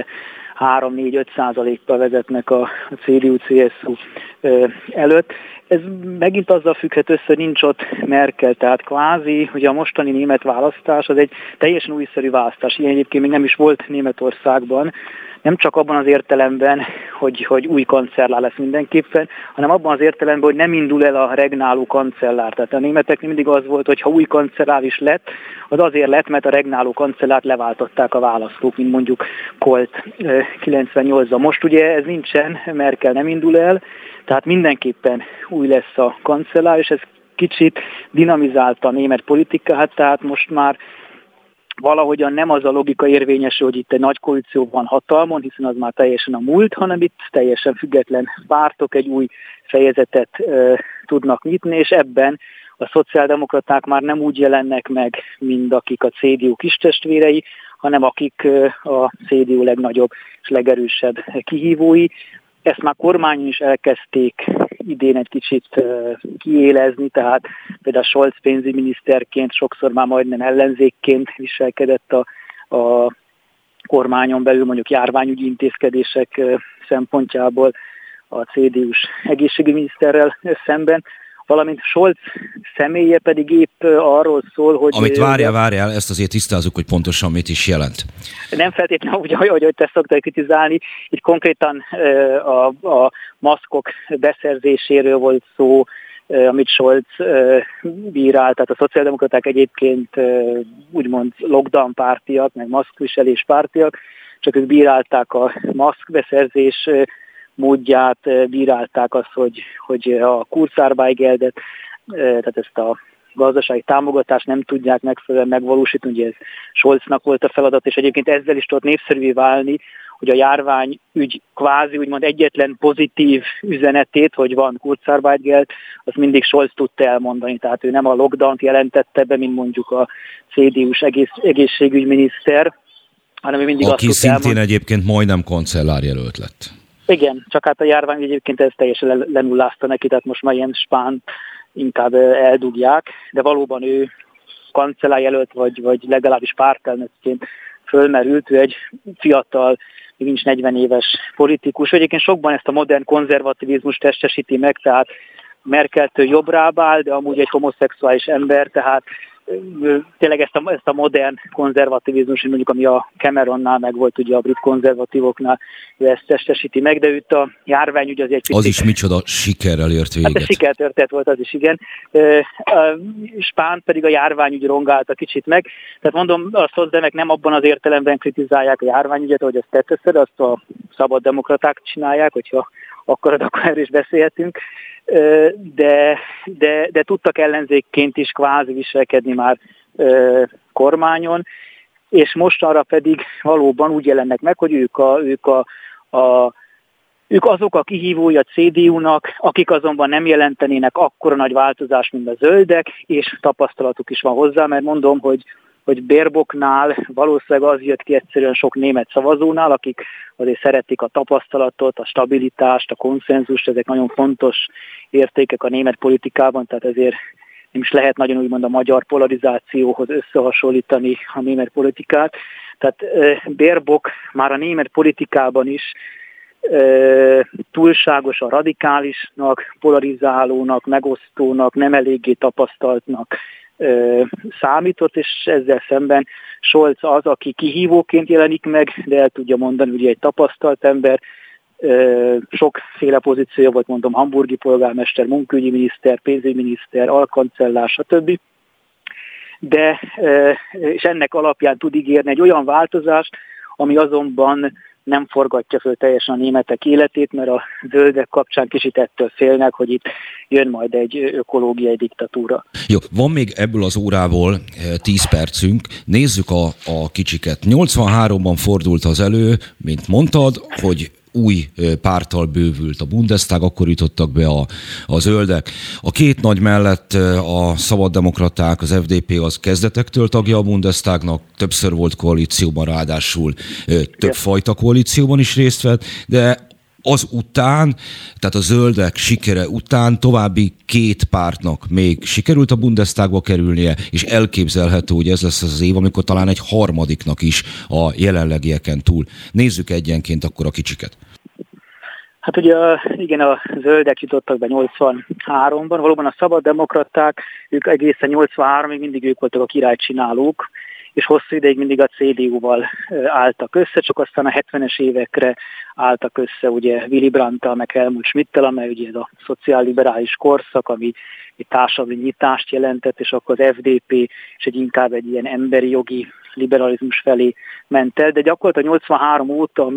3-4-5%-kal vezetnek a CDU-CSU előtt. Ez megint azzal függhet össze, hogy nincs ott Merkel, tehát kvázi, ugye a mostani német választás az egy teljesen újszerű választás. Ilyen egyébként még nem is volt Németországban, nem csak abban az értelemben, hogy új kancellár lesz mindenképpen, hanem abban az értelemben, hogy nem indul el a regnáló kancellár. Tehát a németeknél mindig az volt, hogy ha új kancellár is lett, az azért lett, mert a regnáló kancellárt leváltották a választók, mint mondjuk Kolt 98-ban. Most ugye ez nincsen, Merkel nem indul el, tehát mindenképpen új lesz a kancellár, és ez kicsit dinamizálta a német politikát, tehát most már valahogyan nem az a logika érvényesül, hogy itt egy nagy koalíció van hatalmon, hiszen az már teljesen a múlt, hanem itt teljesen független pártok egy új fejezetet tudnak nyitni, és ebben a szociáldemokraták már nem úgy jelennek meg, mint akik a CDU kistestvérei, hanem akik a CDU legnagyobb és legerősebb kihívói. Ezt már kormányon is elkezdték idén egy kicsit kiélezni, tehát például Scholz pénzügyminiszterként sokszor már majdnem ellenzékként viselkedett a kormányon belül, mondjuk járványügyi intézkedések szempontjából a CDU-s egészségügyminiszterrel szemben, valamint Scholz személye pedig épp arról szól, hogy... Amit várjál, ezt azért tisztázzuk, hogy pontosan mit is jelent. Nem feltétlenül úgy, ahogy te szoktál kritizálni, itt konkrétan a maszkok beszerzéséről volt szó, amit Scholz bírált, tehát a szociáldemokraták egyébként úgymond lockdown pártiak, meg maszkviselés pártiak, csak ők bírálták a maszkbeszerzés módját, bírálták azt, hogy a Kurzarbeitet, tehát ezt a gazdasági támogatást nem tudják megfelelően megvalósítani, ugye ez Scholznak volt a feladat, és egyébként ezzel is tudott népszerűvé válni, hogy a járványügy kvázi úgymond egyetlen pozitív üzenetét, hogy van Kurzarbeit, azt mindig Scholz tudta elmondani, tehát ő nem a lockdownt jelentette be, mint mondjuk a CDU-s egészségügyminiszter, hanem ő mindig aki azt tudta szintén egyébként majdnem kancellárjelölt lett. Igen, csak hát a járvány egyébként ez teljesen lenullázta neki, tehát most már Jens Spahn inkább eldugják, de valóban ő kancellárjelölt, vagy legalábbis pártelnökként fölmerült, ő egy fiatal, még nincs 40 éves politikus. Egyébként sokban ezt a modern konzervativizmust testesíti meg, tehát Merkeltől jobbrább áll, de amúgy egy homoszexuális ember, tehát tényleg ezt a modern konzervativizmus, mondjuk ami a Cameronnál meg volt, ugye a brit konzervatívoknál, ő ezt testesíti meg, de itt a járványügy az egy picit... Az is micsoda sikerrel ért véget. Hát a sikertörténet volt az is, igen. Spahn pedig a járványügy rongálta kicsit meg. Tehát mondom, azt hozzá meg nem abban az értelemben kritizálják a járványügyet, ahogy ezt te teszed, azt a szabaddemokraták csinálják, hogyha akarod, akkor erről is beszélhetünk. De tudtak ellenzékként is kvázi viselkedni már kormányon, és mostanra pedig valóban úgy jelennek meg, hogy ők azok a kihívói a CDU-nak, akik azonban nem jelentenének akkora nagy változást, mint a zöldek, és tapasztalatuk is van hozzá, mert mondom, hogy Baerbocknál valószínűleg az jött ki egyszerűen sok német szavazónál, akik azért szeretik a tapasztalatot, a stabilitást, a konszenzust, ezek nagyon fontos értékek a német politikában, tehát ezért nem is lehet nagyon úgymond a magyar polarizációhoz összehasonlítani a német politikát. Tehát Baerbock már a német politikában is túlságosan radikálisnak, polarizálónak, megosztónak, nem eléggé tapasztaltnak számított, és ezzel szemben Scholz az, aki kihívóként jelenik meg, de el tudja mondani, ugye egy tapasztalt ember, sokféle pozíciója volt, mondom, hamburgi polgármester, munkaügyi miniszter, pénzügyminiszter, alkancellár, stb. De, és ennek alapján tud ígérni egy olyan változást, ami azonban nem forgatja föl teljesen a németek életét, mert a zöldek kapcsán kicsit ettől félnek, hogy itt jön majd egy ökológiai diktatúra. Jó, van még ebből az órából 10 percünk. Nézzük a kicsiket. 83-ban fordult az elő, mint mondtad, hogy új párttal bővült a Bundestag, akkor jutottak be a zöldek. A két nagy mellett a szabaddemokraták, az FDP az kezdetektől tagja a Bundestagnak, többször volt koalícióban, ráadásul több fajta koalícióban is részt vett, de az után, tehát a zöldek sikere után további két pártnak még sikerült a Bundestagba kerülnie, és elképzelhető, hogy ez lesz az év, amikor talán egy harmadiknak is a jelenlegieken túl. Nézzük egyenként akkor a kicsiket. Hát ugye igen, a zöldek jutottak be 83-ban, valóban a szabaddemokraták, ők egészen 83-ig mindig ők voltak a királycsinálók, és hosszú ideig mindig a CDU-val álltak össze, csak aztán a 70-es évekre álltak össze ugye Willy Brandttal, meg Helmut Schmidttel, amely ugye ez a szociálliberális korszak, ami egy társadalmi nyitást jelentett, és akkor az FDP és inkább egy ilyen emberi jogi liberalizmus felé ment el, de gyakorlatilag 83 óta,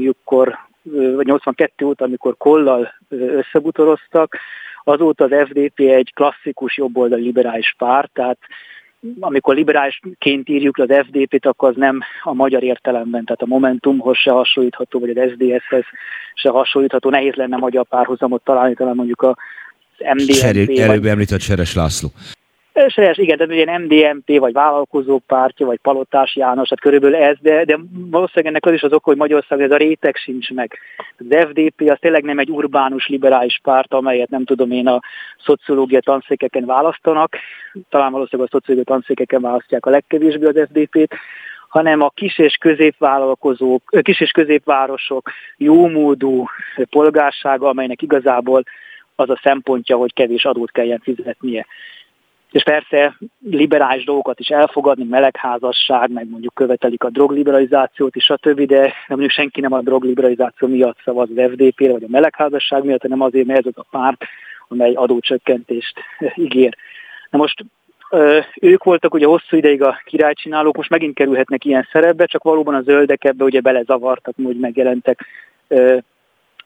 vagy 82 óta, amikor Kollal összebutoroztak, azóta az FDP egy klasszikus jobboldali liberális párt, tehát amikor liberálisként írjuk le az FDP-t, akkor az nem a magyar értelemben, tehát a Momentumhoz se hasonlítható, vagy az SZDSZ-hez se hasonlítható. Nehéz lenne magyar párhuzamot találni, talán mondjuk az MDNP. Előbb említett Seres László. Seres, igen, tehát ugye MDNP, vagy Vállalkozók Pártja, vagy Palotás János, hát körülbelül ez, de valószínűleg ennek az is az oka, hogy Magyarországon ez a réteg sincs meg. Az FDP az tényleg nem egy urbánus liberális párt, amelyet nem tudom én a szociológia tanszékeken választanak, talán valószínűleg a szociológia tanszékeken választják a legkevésbé az FDP-t, hanem a kis- és középvállalkozók, kis- és középvárosok jómódú polgársága, amelynek igazából az a szempontja, hogy kevés adót kelljen fizetnie. És persze liberális dolgokat is elfogadni, melegházasság, meg mondjuk követelik a drogliberalizációt is, stb., de mondjuk senki nem a drogliberalizáció miatt szavaz az FDP-re, vagy a melegházasság miatt, hanem azért, mert ez az a párt, amely adócsökkentést ígér. Na most ők voltak ugye hosszú ideig a királycsinálók, most megint kerülhetnek ilyen szerepbe, csak valóban a zöldek ebbe ugye belezavartak, hogy megjelentek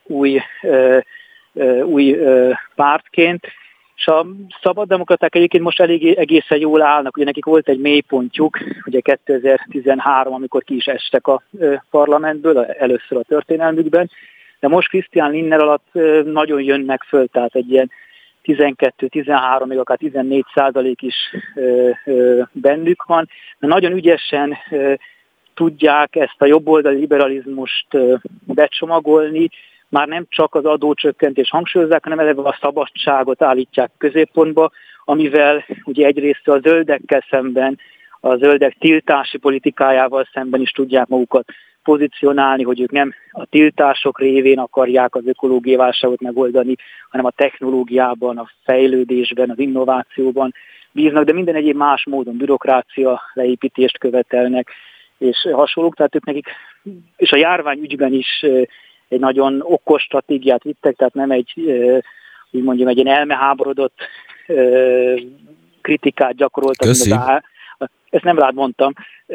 új pártként, és a szabaddemokraták egyébként most egészen jól állnak, ugye nekik volt egy mélypontjuk, ugye 2013, amikor ki is estek a parlamentből, először a történelmükben, de most Christian Lindner alatt nagyon jönnek föl, tehát egy ilyen 12-13, még akár 14% is bennük van, de nagyon ügyesen tudják ezt a jobboldali liberalizmust becsomagolni, már nem csak az adócsökkentést hangsúlyozzák, hanem eleve a szabadságot állítják középpontba, amivel ugye egyrészt a zöldekkel szemben, a zöldek tiltási politikájával szemben is tudják magukat pozícionálni, hogy ők nem a tiltások révén akarják az ökológiai válságot megoldani, hanem a technológiában, a fejlődésben, az innovációban bíznak, de minden egyéb más módon bürokrácia leépítést követelnek, és hasonlók, tehát ők nekik, és a járványügyben is egy nagyon okos stratégiát vittek, tehát nem egy, úgy mondjam, egy ilyen elmeháborodott kritikát gyakoroltak. Ezt nem rád mondtam,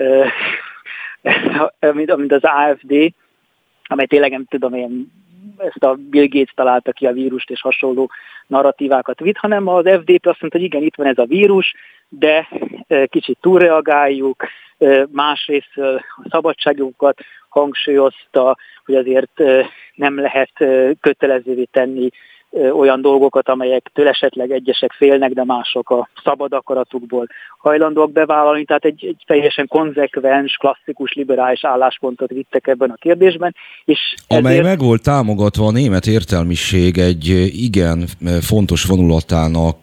mint az AfD, amely tényleg nem tudom én, ezt a Bill Gates találta ki a vírust és hasonló narratívákat vitt, hanem az FDP azt mondta, hogy igen, itt van ez a vírus, de kicsit túlreagáljuk, másrészt a szabadságjogokat hangsúlyozta, hogy azért nem lehet kötelezővé tenni olyan dolgokat, amelyektől esetleg egyesek félnek, de mások a szabad akaratukból hajlandóak bevállalni. Tehát egy teljesen konzekvens, klasszikus, liberális álláspontot vittek ebben a kérdésben. És amely meg volt támogatva a német értelmiség egy igen fontos vonulatának.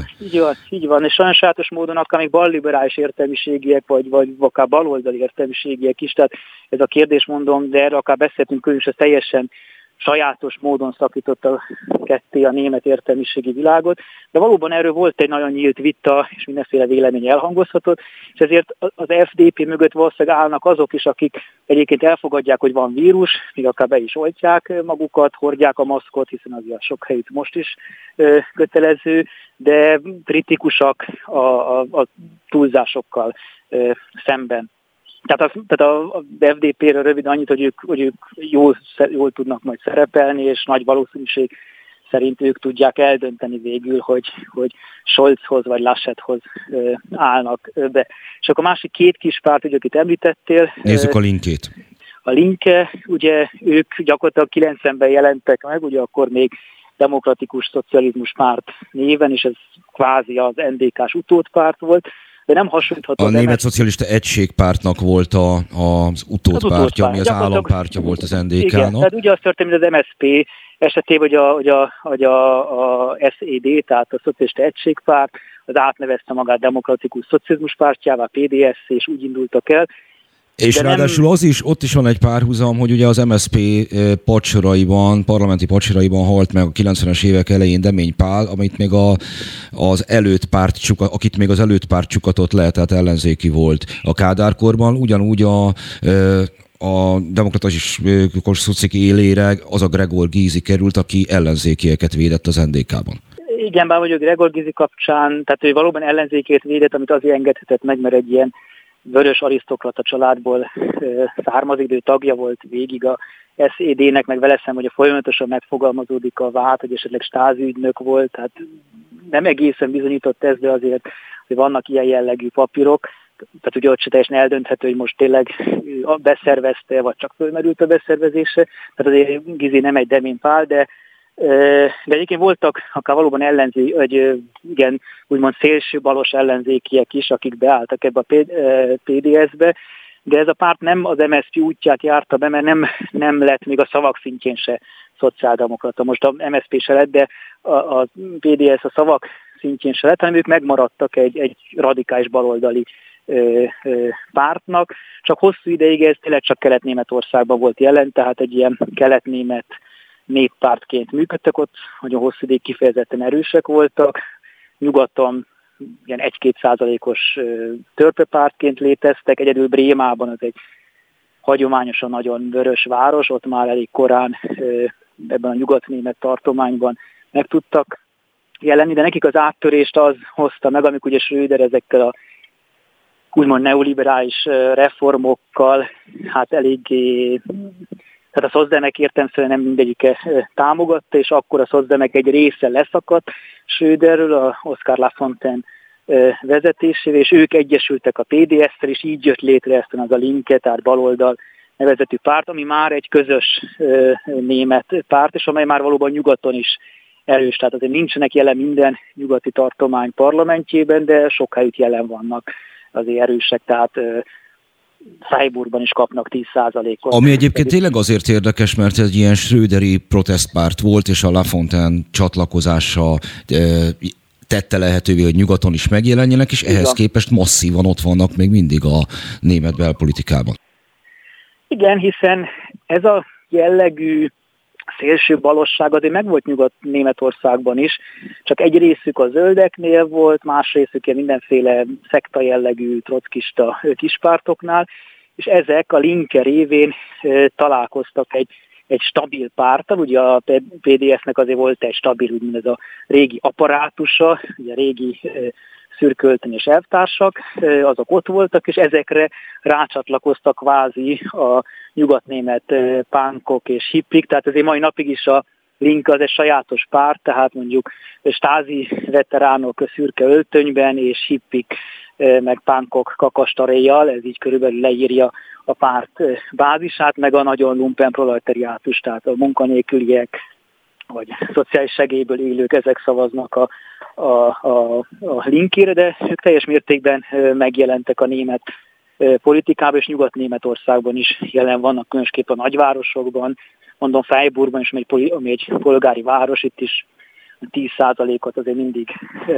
Így van. És sajnos sajátos módon akár még balliberális értelmiségiek, vagy akár baloldali értelmiségiek is. Tehát ez a kérdés, mondom, de erre akár beszéltünk különösen, ez teljesen sajátos módon szakította ketté a német értelmiségi világot, de valóban erről volt egy nagyon nyílt vita, és mindenféle vélemény elhangozhatott, és ezért az FDP mögött valószínűleg állnak azok is, akik egyébként elfogadják, hogy van vírus, még akár be is oltják magukat, hordják a maszkot, hiszen azért sok helyütt most is kötelező, de kritikusak a túlzásokkal szemben. Tehát a FDP-ről röviden annyit, hogy ők jól tudnak majd szerepelni, és nagy valószínűség szerint ők tudják eldönteni végül, hogy Scholzhoz vagy Laschethoz állnak be. És akkor a másik két kis párt, ugye, akit említettél. Nézzük a Linkét. A Linke, ugye ők gyakorlatilag 90-ben jelentek meg, ugye akkor még Demokratikus Szocializmus Párt néven, és ez kvázi az NDK-s utódpárt volt, de nem hasonlítható. A Német Szocialista Egységpártnak volt az utódpártja, ami az állampártja volt az NDK-nak. Igen, tehát ugye az történt, mint az MSZP esetében, hogy a SED, tehát a Szocialista Egységpárt, az átnevezte magát Demokratikus Szocializmus Pártjává, PDS, és úgy indultak el. És ráadásul ott is van egy párhuzam, hogy ugye az MSZP parlamenti padsoraiban halt meg a 90-es évek elején Demény Pál, akit még az előtt párt csukatott le, tehát ellenzéki volt a Kádár-korban, ugyanúgy a demokratikus szocik élére az a Gregor Gysi került, aki ellenzékieket védett az NDK-ban. Igen, bár vagyok Gregor Gysi kapcsán, tehát ő valóban ellenzékét védett, amit azért engedhetett meg, mert egy ilyen vörös arisztokrata családból származik, de ő tagja volt végig a SED-nek, meg vele szemben, hogy folyamatosan megfogalmazódik a vád, hogy esetleg stázi ügynök volt, tehát nem egészen bizonyított ez, de azért hogy vannak ilyen jellegű papírok, tehát ugye ott se teljesen eldönthető, hogy most tényleg beszervezte, vagy csak fölmerült a beszervezése, tehát azért Gysi nem egy Demény Pál, de egyébként voltak akár valóban igen, úgymond szélsőbalos ellenzékiek is, akik beálltak ebbe a PDS-be, de ez a párt nem az MSZP útját járta be, mert nem lett még a szavak szintjén se szociáldemokrata. Most a MSZP se lett, de a PDS a szavak szintjén se lett, hanem ők megmaradtak egy radikális baloldali pártnak. Csak hosszú ideig ez tényleg csak Kelet-Németországban volt jelen, tehát egy ilyen kelet-német néppártként működtek ott, nagyon hosszú ideig kifejezetten erősek voltak. Nyugaton ilyen 1-2%-os törpepártként léteztek, egyedül Brémában az egy hagyományosan nagyon vörös város, ott már elég korán ebben a nyugat-német tartományban meg tudtak jelenni, de nekik az áttörést az hozta meg, amikor ugye Schröder ezekkel a úgymond neoliberális reformokkal hát eléggé Tehát a szozdemek értelemszerűen nem mindegyike támogatta, és akkor a szozdemek egy része leszakadt Schröderről, a Oskar Lafontaine vezetésével, és ők egyesültek a PDS-szel, és így jött létre ezt az a Linke, tehát baloldal nevezetű párt, ami már egy közös német párt, és amely már valóban nyugaton is erős. Tehát azért nincsenek jelen minden nyugati tartomány parlamentjében, de sok helyütt jelen vannak azért erősek, tehát Freiburgban is kapnak 10%-ot. Ami egyébként tényleg azért érdekes, mert ez egy ilyen schröderi protestpárt volt, és a Lafontaine csatlakozása tette lehetővé, hogy nyugaton is megjelenjenek, és ehhez képest masszívan ott vannak még mindig a német belpolitikában. Igen, hiszen ez a jellegű szélső balosság azért meg volt Nyugat-Németországban is, csak egy részük a zöldeknél volt, más részük ilyen mindenféle szekta jellegű trockista kispártoknál, és ezek a Linke révén találkoztak egy stabil párttal, ugye a PDS-nek azért volt egy stabil, úgymond ez a régi apparátusa, ugye a régi szürköltönyös elvtársak, azok ott voltak, és ezekre rácsatlakoztak kvázi a nyugatnémet pánkok és hippik, tehát azért mai napig is a Linke az egy sajátos párt, tehát mondjuk stázi veteránok szürke öltönyben és hippik meg pánkok kakastaréllyal, ez így körülbelül leírja a párt bázisát, meg a nagyon lumpen proletariátus, tehát a munkanélküliek vagy szociális segélyből élők, ezek szavaznak a Linkére, de ők teljes mértékben megjelentek a német politikában, és Nyugat-Németországban is jelen vannak, különösképpen a nagyvárosokban, mondom Freiburgban is, ami egy polgári város, itt is 10%-ot azért mindig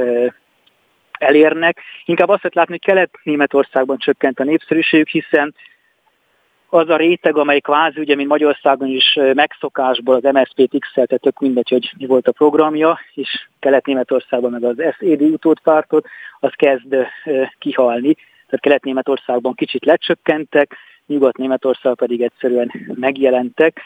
elérnek. Inkább azt lehet látni, hogy Kelet-Németországban csökkent a népszerűségük, hiszen az a réteg, amely kvázi, ugye, mint Magyarországon is megszokásból az MSZP-t x-elte, tök mindegy, hogy mi volt a programja, és Kelet-Németországban meg az SED utódpártot, az kezd kihalni. Tehát Kelet-Németországban kicsit lecsökkentek, Nyugat-Németország pedig egyszerűen megjelentek.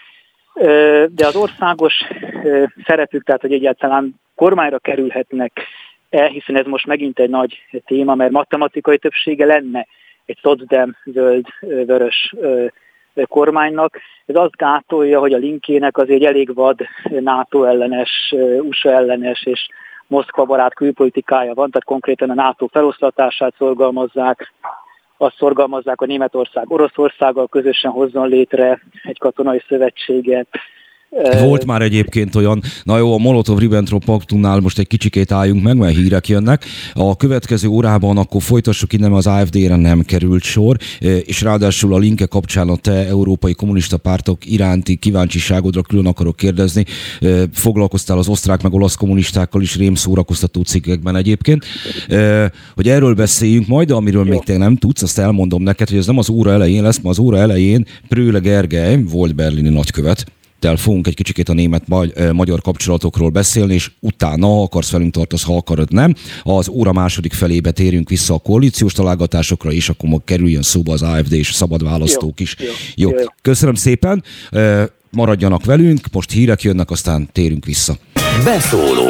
De az országos szerepük, tehát hogy egyáltalán kormányra kerülhetnek, hiszen ez most megint egy nagy téma, mert matematikai többsége lenne egy szocdem zöld-vörös kormánynak. Ez azt gátolja, hogy a Linkének azért egy elég vad NATO ellenes, USA ellenes és Moszkva barát külpolitikája van, tehát konkrétan a NATO feloszlatását szorgalmazzák, azt szorgalmazzák, hogy Németország Oroszországgal közösen hozzon létre egy katonai szövetséget. Volt már egyébként olyan, na jó, a Molotov-Ribbentrop paktumnál most egy kicsikét álljunk meg, mert hírek jönnek. A következő órában akkor folytassuk, innen az AfD-re nem került sor, és ráadásul a Linke kapcsán a te európai kommunista pártok iránti kíváncsiságodra külön akarok kérdezni. Foglalkoztál az osztrák meg olasz kommunistákkal is rémszórakoztató cikkekben egyébként. Hogy erről beszéljünk majd, amiről még te nem tudsz, azt elmondom neked, hogy ez nem az óra elején lesz, mert az óra elején Pröhle Gergely, volt berlini nagykövet, fogunk egy kicsikét a német-magyar kapcsolatokról beszélni, és utána, ha akarsz velünk tartasz, ha akarod nem. Az óra második felébe térünk vissza a koalíciós találgatásokra, és akkor kerüljön szóba az AfD és a szabad választók is. Jó. Köszönöm szépen, maradjanak velünk, most hírek jönnek, aztán térünk vissza. Beszóló.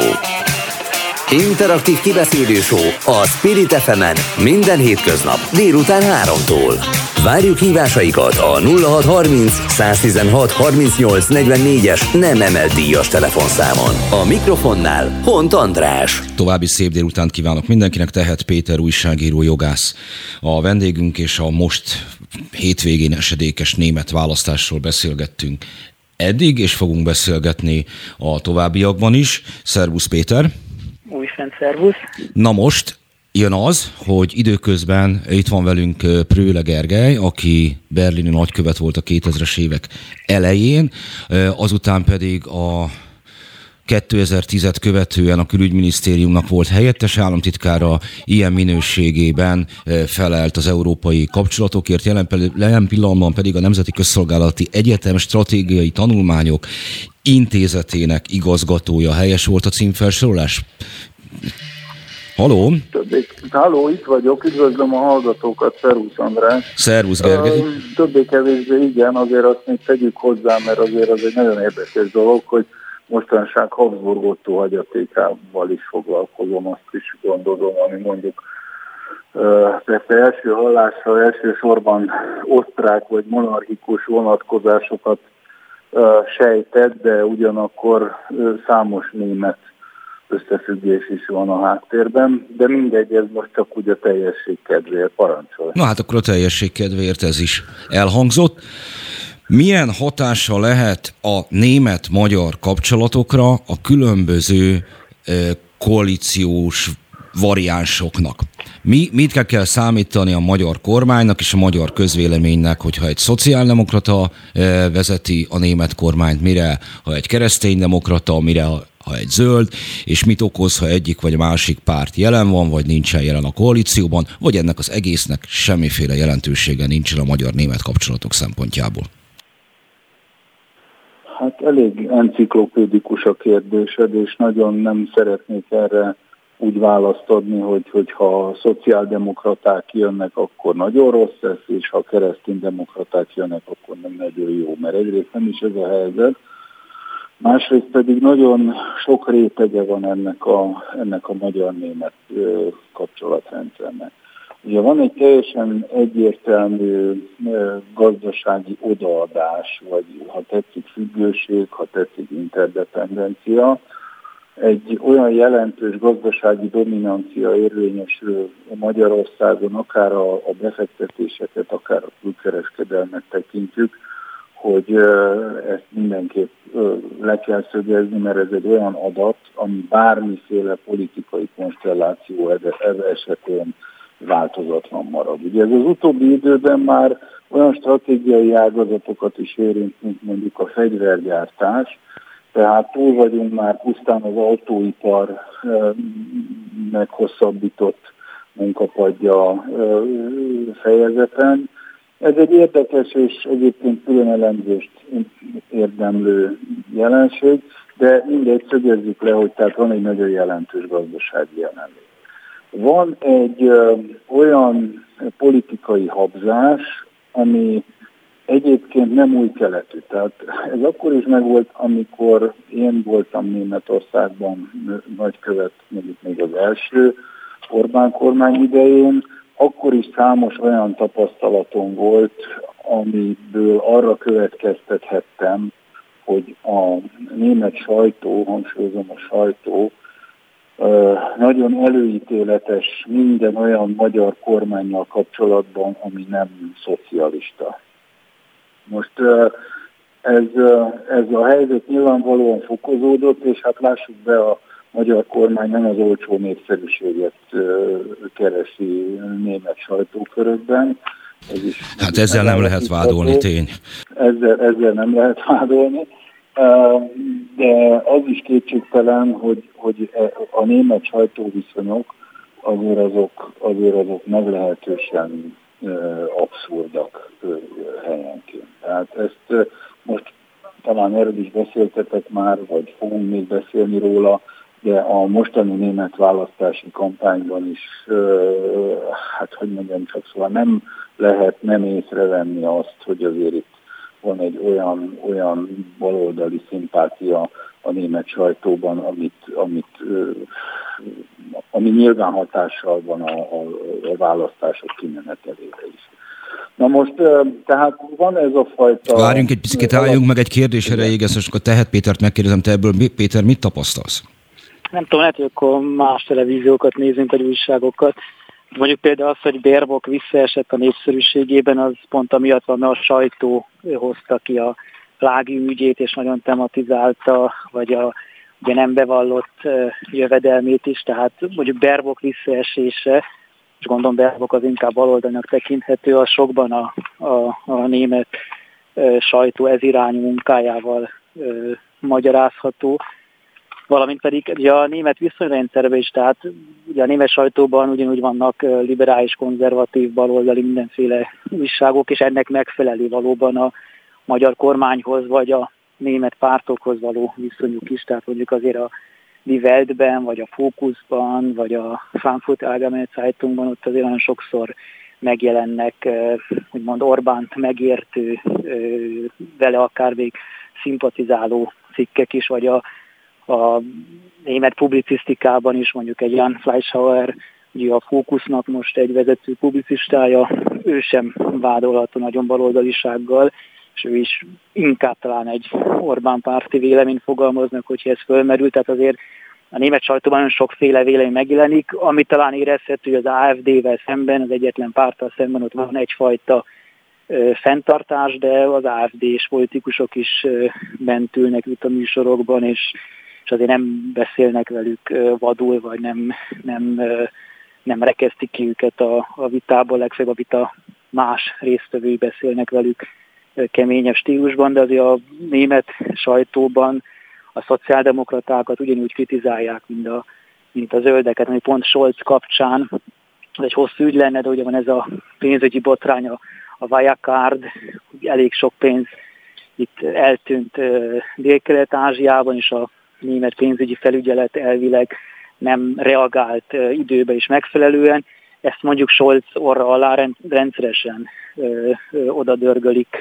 Interaktív kibeszélő show a Spirit FM-en minden hétköznap délután 3-tól. Várjuk hívásaikat a 0630 116 38 44-es nem emelt díjas telefonszámon. A mikrofonnál Hont András. További szép délutánt kívánok mindenkinek, Tehet Péter újságíró, jogász a vendégünk, és a most hétvégén esedékes német választásról beszélgettünk eddig, és fogunk beszélgetni a továbbiakban is. Szervusz Péter! Újfent szervusz! Na most jön az, hogy időközben itt van velünk Pröhle Gergely, aki berlini nagykövet volt a 2000-es évek elején, azután pedig a 2010-et követően a külügyminisztériumnak volt helyettes államtitkára, ilyen minőségében felelt az európai kapcsolatokért, jelen pillanatban pedig a Nemzeti Közszolgálati Egyetem Stratégiai Tanulmányok Intézetének igazgatója. Helyes volt a címfelsorolás? Halló? Halló, itt vagyok, üdvözlöm a hallgatókat, szervusz András. Szervusz Gergely. Többé-kevésbé igen, azért azt még tegyük hozzá, mert azért az egy nagyon érdekes dolog, hogy mostanság Habsburg Ottó hagyatékával is foglalkozom, azt is gondolom, ami mondjuk persze első hallásra elsősorban osztrák vagy monarchikus vonatkozásokat sejtett, de ugyanakkor számos német összefüggés is van a háttérben, de mindegy, ez most csak úgy a teljesség kedvéért parancsol. Na hát akkor a teljesség kedvéért ez is elhangzott. Milyen hatása lehet a német-magyar kapcsolatokra a különböző koalíciós variánsoknak? Mit kell számítani a magyar kormánynak és a magyar közvéleménynek, hogyha egy szociáldemokrata vezeti a német kormányt, mire, ha egy kereszténydemokrata, mire, ha egy zöld, és mit okoz, ha egyik vagy másik párt jelen van, vagy nincsen jelen a koalícióban, vagy ennek az egésznek semmiféle jelentősége nincsen a magyar-német kapcsolatok szempontjából? Hát elég enciklopédikus a kérdésed, és nagyon nem szeretnék erre úgy választ adni, hogy ha a szociáldemokraták jönnek, akkor nagyon rossz lesz, és ha a kereszténydemokraták jönnek, akkor nem nagyon jó, mert egyrészt nem is ez a helyzet. Másrészt pedig nagyon sok rétege van ennek a magyar-német kapcsolatrendszernek. Ugye van egy teljesen egyértelmű gazdasági odaadás, vagy ha tetszik függőség, ha tetszik interdependencia, egy olyan jelentős gazdasági dominancia érvényesül Magyarországon, akár a befektetéseket, akár a külkereskedelmet tekintjük, hogy ezt mindenképp le kell szögezni, mert ez egy olyan adat, ami bármiféle politikai konstelláció esetén változatlan marad. Ugye ez az utóbbi időben már olyan stratégiai ágazatokat is érint, mint mondjuk a fegyvergyártás, tehát túl vagyunk már pusztán az autóipar meghosszabbított munkapadja fejezeten. Ez egy érdekes és egyébként külön elemzést érdemlő jelenség, de mindegy szögezzük le, hogy tehát van egy nagyon jelentős gazdasági jelenlét. Van egy olyan politikai habzás, ami egyébként nem új keletű. Tehát ez akkor is megvolt, amikor én voltam Németországban nagykövet, mondjuk még az első Orbán kormány idején, akkor is számos olyan tapasztalatom volt, amiből arra következtethettem, hogy a német sajtó, hangsúlyozom a sajtó, nagyon előítéletes minden olyan magyar kormánnyal kapcsolatban, ami nem szocialista. Most ez a helyzet nyilvánvalóan fokozódott, és hát lássuk be, a magyar kormány nem az olcsó népszerűséget keresi német sajtókörökben. Hát ezzel nem lehet vádolni, tény. Ezzel nem lehet vádolni, de az is kétségtelen, hogy a német sajtóviszonyok azért azok meglehetősen abszurdak helyenként. Tehát ezt most talán erről is beszéltetek már, vagy fogunk még beszélni róla, de a mostani német választási kampányban is, hát hogy mondjam csak, szóval nem lehet nem észrevenni azt, hogy azért itt van egy olyan baloldali szimpátia a német sajtóban, ami nyilván hatással van a választások kimenetelére is. Na most, tehát van ez a fajta... Várjunk egy picit, álljunk meg egy kérdés erejéig, ezt most Tehet Pétert megkérdezem, te ebből, Péter, mit tapasztalsz? Nem tudom, lehet, hogy akkor más televíziókat nézünk, vagy újságokat. Mondjuk például az, hogy Baerbock visszaesett a népszerűségében, az pont amiatt van, mert a sajtó hozta ki a Lági ügyét, és nagyon tematizálta, vagy a ugye nem bevallott jövedelmét is, tehát mondjuk Baerbock visszaesése, és gondolom Baerbock az inkább baloldalnak tekinthető, a sokban a német sajtó ezirányú munkájával magyarázható, valamint pedig ugye a német viszonyrendszerben is, tehát ugye a német sajtóban ugyanúgy vannak liberális, konzervatív, baloldali mindenféle újságok, és ennek megfelelő valóban a magyar kormányhoz, vagy a német pártokhoz való viszonyuk is, tehát mondjuk azért a Die Weltben, vagy a Fókuszban, vagy a Frankfurt Allgemeine Zeitungban ott azért nagyon sokszor megjelennek, úgymond Orbánt megértő, vele akár még szimpatizáló cikkek is, vagy a német publicisztikában is, mondjuk egy Jan Fleischhauer, ugye a Fókusznak most egy vezető publicistája, ő sem vádolható nagyon baloldalisággal, és ő is inkább talán egy Orbán párti véleményt fogalmaznak, hogyha ez fölmerült, tehát azért a német sajtóban nagyon sokféle vélemény megjelenik, ami talán érezhető, hogy az AfD-vel szemben, az egyetlen párttal szemben ott van egyfajta fenntartás, de az AfD-s politikusok is bent ülnek itt a műsorokban, és azért nem beszélnek velük vadul, vagy nem rekesztik ki őket a vitából, legfeljebb a vita más résztvevői beszélnek velük keményebb stílusban, de azért a német sajtóban a szociáldemokratákat ugyanúgy kritizálják, mint a zöldeket, ami pont Scholz kapcsán, ez egy hosszú ügy lenne, de ugye van ez a pénzügyi botrány, a Wirecard, elég sok pénz itt eltűnt Dél-Kelet-Ázsiában, és a német pénzügyi felügyelet elvileg nem reagált időbe is megfelelően. Ezt mondjuk Scholz orra alá rendszeresen odadörgölik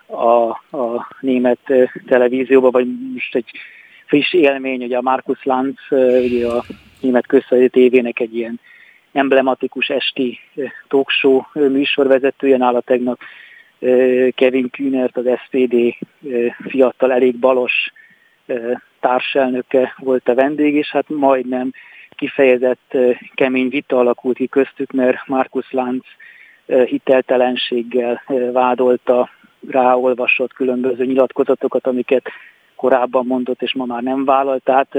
a német televízióba, vagy most egy friss élmény, hogy a Markus Lanz, ugye a német közszolgálati tévének egy ilyen emblematikus esti talkshow műsorvezetője, nála tegnap Kevin Kühnert, az SPD fiatal, elég balos társelnöke volt a vendég, és hát majdnem kifejezett kemény vita alakult ki köztük, mert Markus Lanz hiteltelenséggel vádolta, ráolvasott különböző nyilatkozatokat, amiket korábban mondott, és ma már nem vállalt. Tehát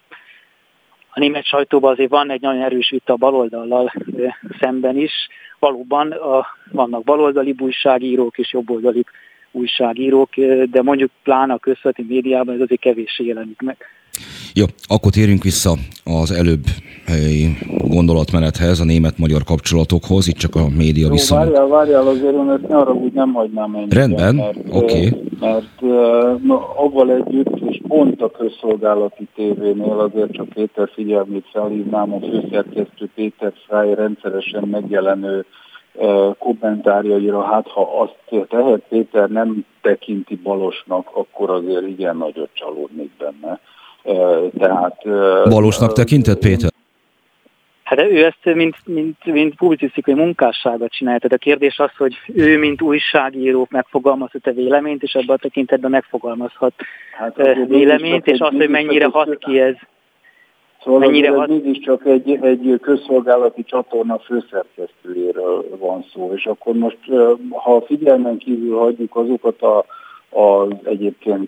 a német sajtóban azért van egy nagyon erős vita a baloldallal szemben is. Valóban vannak baloldali újságírók és jobboldali újságírók, de mondjuk pláne a közszolgálati médiában ez azért kevéssé jelenik meg. Jó, akkor térjünk vissza az előbb gondolatmenethez, a német-magyar kapcsolatokhoz, itt csak a média viszonylag. Várjál, azért ezt ne arra úgy nem hagynám ennyi. Rendben, oké. Mert avval együtt, és pont a közszolgálati tévénél azért csak Péter figyelmét felhívnám, a főszerkesztő Péter Fry rendszeresen megjelenő kommentárjaira, hát ha azt Tehet Péter nem tekinti balosnak, akkor azért igen nagyot csalódnék benne. Tehát, balosnak tekintett Péter? Hát ő ezt mint publicisztikai munkásságot csinálja. Tehát a kérdés az, hogy ő, mint újságíró megfogalmazhat a véleményt, és ebben a tekintetben megfogalmazhat véleményt, és az, hogy mennyire hat ki ez. Szóval ez mégiscsak egy közszolgálati csatorna főszerkesztőjéről van szó, és akkor most, ha figyelmen kívül hagyjuk azokat az egyébként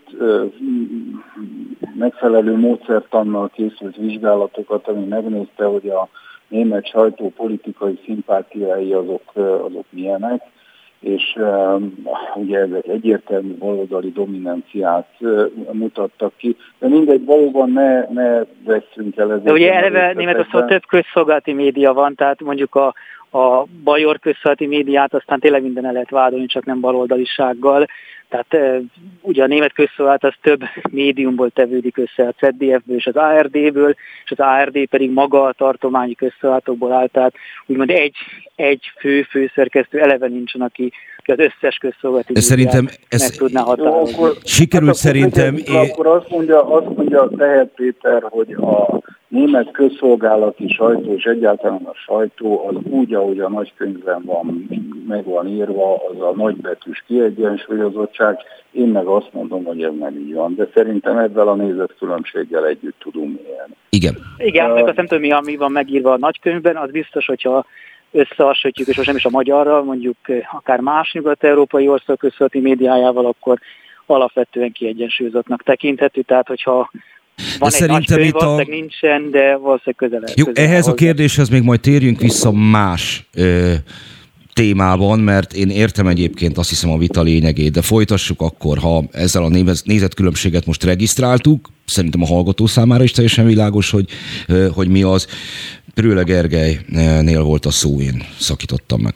megfelelő módszertannal készült vizsgálatokat, ami megnézte, hogy a német sajtó politikai szimpátiái azok milyenek, és ugye ezek egyértelmű baloldali dominanciát mutattak ki, de mindegy, valóban ne vesszünk el ezeket. De ugye eleve Németországban több közszolgálati média van, tehát mondjuk a bajor közszolgálati médiát aztán tényleg minden el lehet vádolni, csak nem baloldalisággal. Tehát ugye a német közszolgálat az több médiumból tevődik össze, a ZDF-ből és az ARD-ből, és az ARD pedig maga a tartományi közszolgálatokból áll, tehát úgymond egy főszerkesztő eleve nincsen, aki az összes közszolgálati médiát meg tudná határozni. Sikerült hát szerintem... Akkor azt mondja Tehet Péter, hogy a német közszolgálati sajtó és egyáltalán a sajtó az úgy, ahogy a nagykönyvben meg van írva, az a nagybetűs kiegyensúlyozottság. Én meg azt mondom, hogy ez nem így van, de szerintem ebben a nézetkülönbséggel együtt tudunk élni. Igen, meg azt nem tudom, mi van megírva a nagykönyvben, az biztos, hogyha összehasonlítjuk, és most nem is a magyarral, mondjuk akár más nyugat-európai ország közszolgálati médiájával, akkor alapvetően kiegyensúlyozottnak tekinthető, tehát hogyha van egy nagykönyv, valószínűleg nincsen, de valószínűleg közel. Jó, ehhez a kérdéshez még majd térjünk vissza más témában, mert én értem egyébként azt hiszem a vita lényegét, de folytassuk akkor, ha ezzel a nézetkülönbséget most regisztráltuk, szerintem a hallgató számára is teljesen világos, hogy mi az. Prőle Gergelynél volt a szó, én szakítottam meg.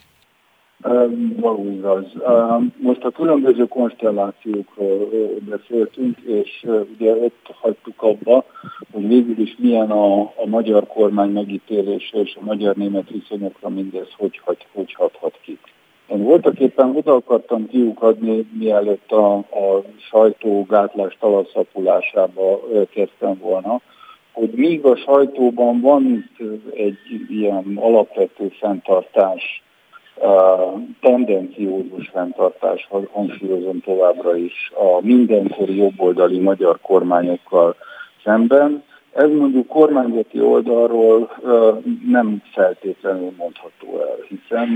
Való igaz. Most a különböző konstellációkról beszéltünk, és ugye ott hagytuk abba, hogy végül is milyen a magyar kormány megítélése és a magyar-német viszonyokra mindez hogy hathat ki. Én voltaképpen oda akartam kiukadni, mielőtt a sajtógátlás talaszapulásába kezdtem volna, hogy míg a sajtóban van egy ilyen alapvető fenntartás tendenciózus fenntartás, hangsúlyozom továbbra is, a mindenkori jobboldali magyar kormányokkal szemben. Ez mondjuk kormányzati oldalról nem feltétlenül mondható el, hiszen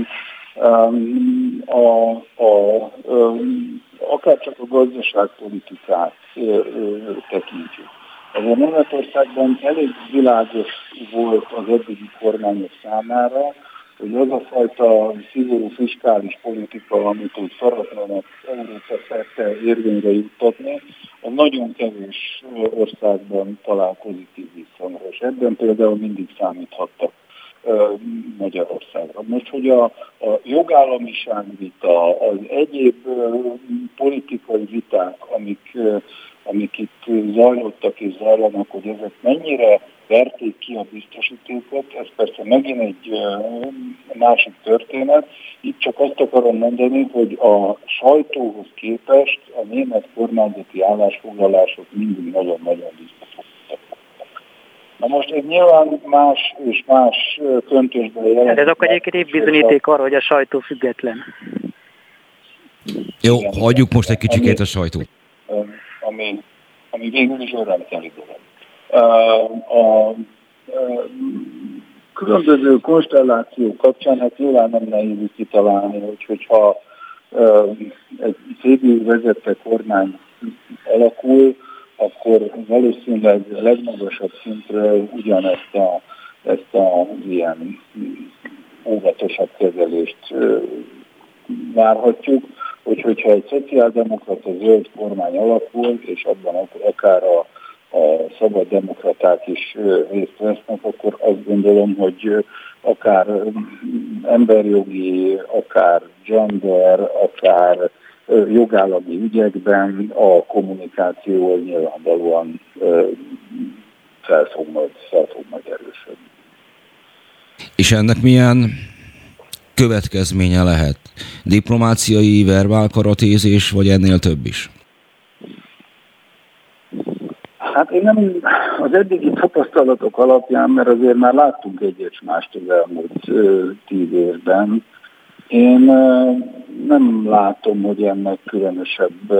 akár csak a gazdaságpolitikát tekintjük. Azért Németországban elég világos volt az eddigi kormányok számára, hogy az a fajta szigorú fiskális politika, amit úgy szeretnének Európa szerte érvényre juttatni, az nagyon kevés országban talál pozitív visszhangra, és ebben például mindig számíthattak Magyarországra. Most, hogy a jogállamiság vita, az egyéb politikai viták, amik itt zajlottak és zajlanak, hogy ezek mennyire verték ki a biztosítékot, ez persze megint egy másik történet. Itt csak azt akarom mondani, hogy a sajtóhoz képest a német kormányzati állásfoglalások mindig nagyon-nagyon biztosítottak. Na most ez nyilván más és más köntösben jelent. Ez akkor egyébként épp bizonyíték arra, hogy a sajtó független. Jó, hagyjuk most egy kicsikét a sajtót. Ami végül is örömteli dolog. A különböző konstellációk kapcsán hát nyilván nem nehéz kitalálni, hogyha egy CDU vezette kormány alakul, akkor valószínűleg legmagasabb szintről ugyanezt a ilyen óvatosabb kezelést várhatjuk, hogyha egy szociáldemokrata zöld kormány alakul, és abban akár a szabaddemokraták is részt vesznek, akkor azt gondolom, hogy akár emberjogi, akár gender, akár jogállami ügyekben a kommunikáció nyilvánvalóan fel fog majd erősödni. És ennek milyen következménye lehet? Diplomáciai, verbálkaratézés, vagy ennél több is? Hát én nem az eddigi tapasztalatok alapján, mert azért már láttunk egyet mást az elmúlt 10 évben, én nem látom, hogy ennek különösebb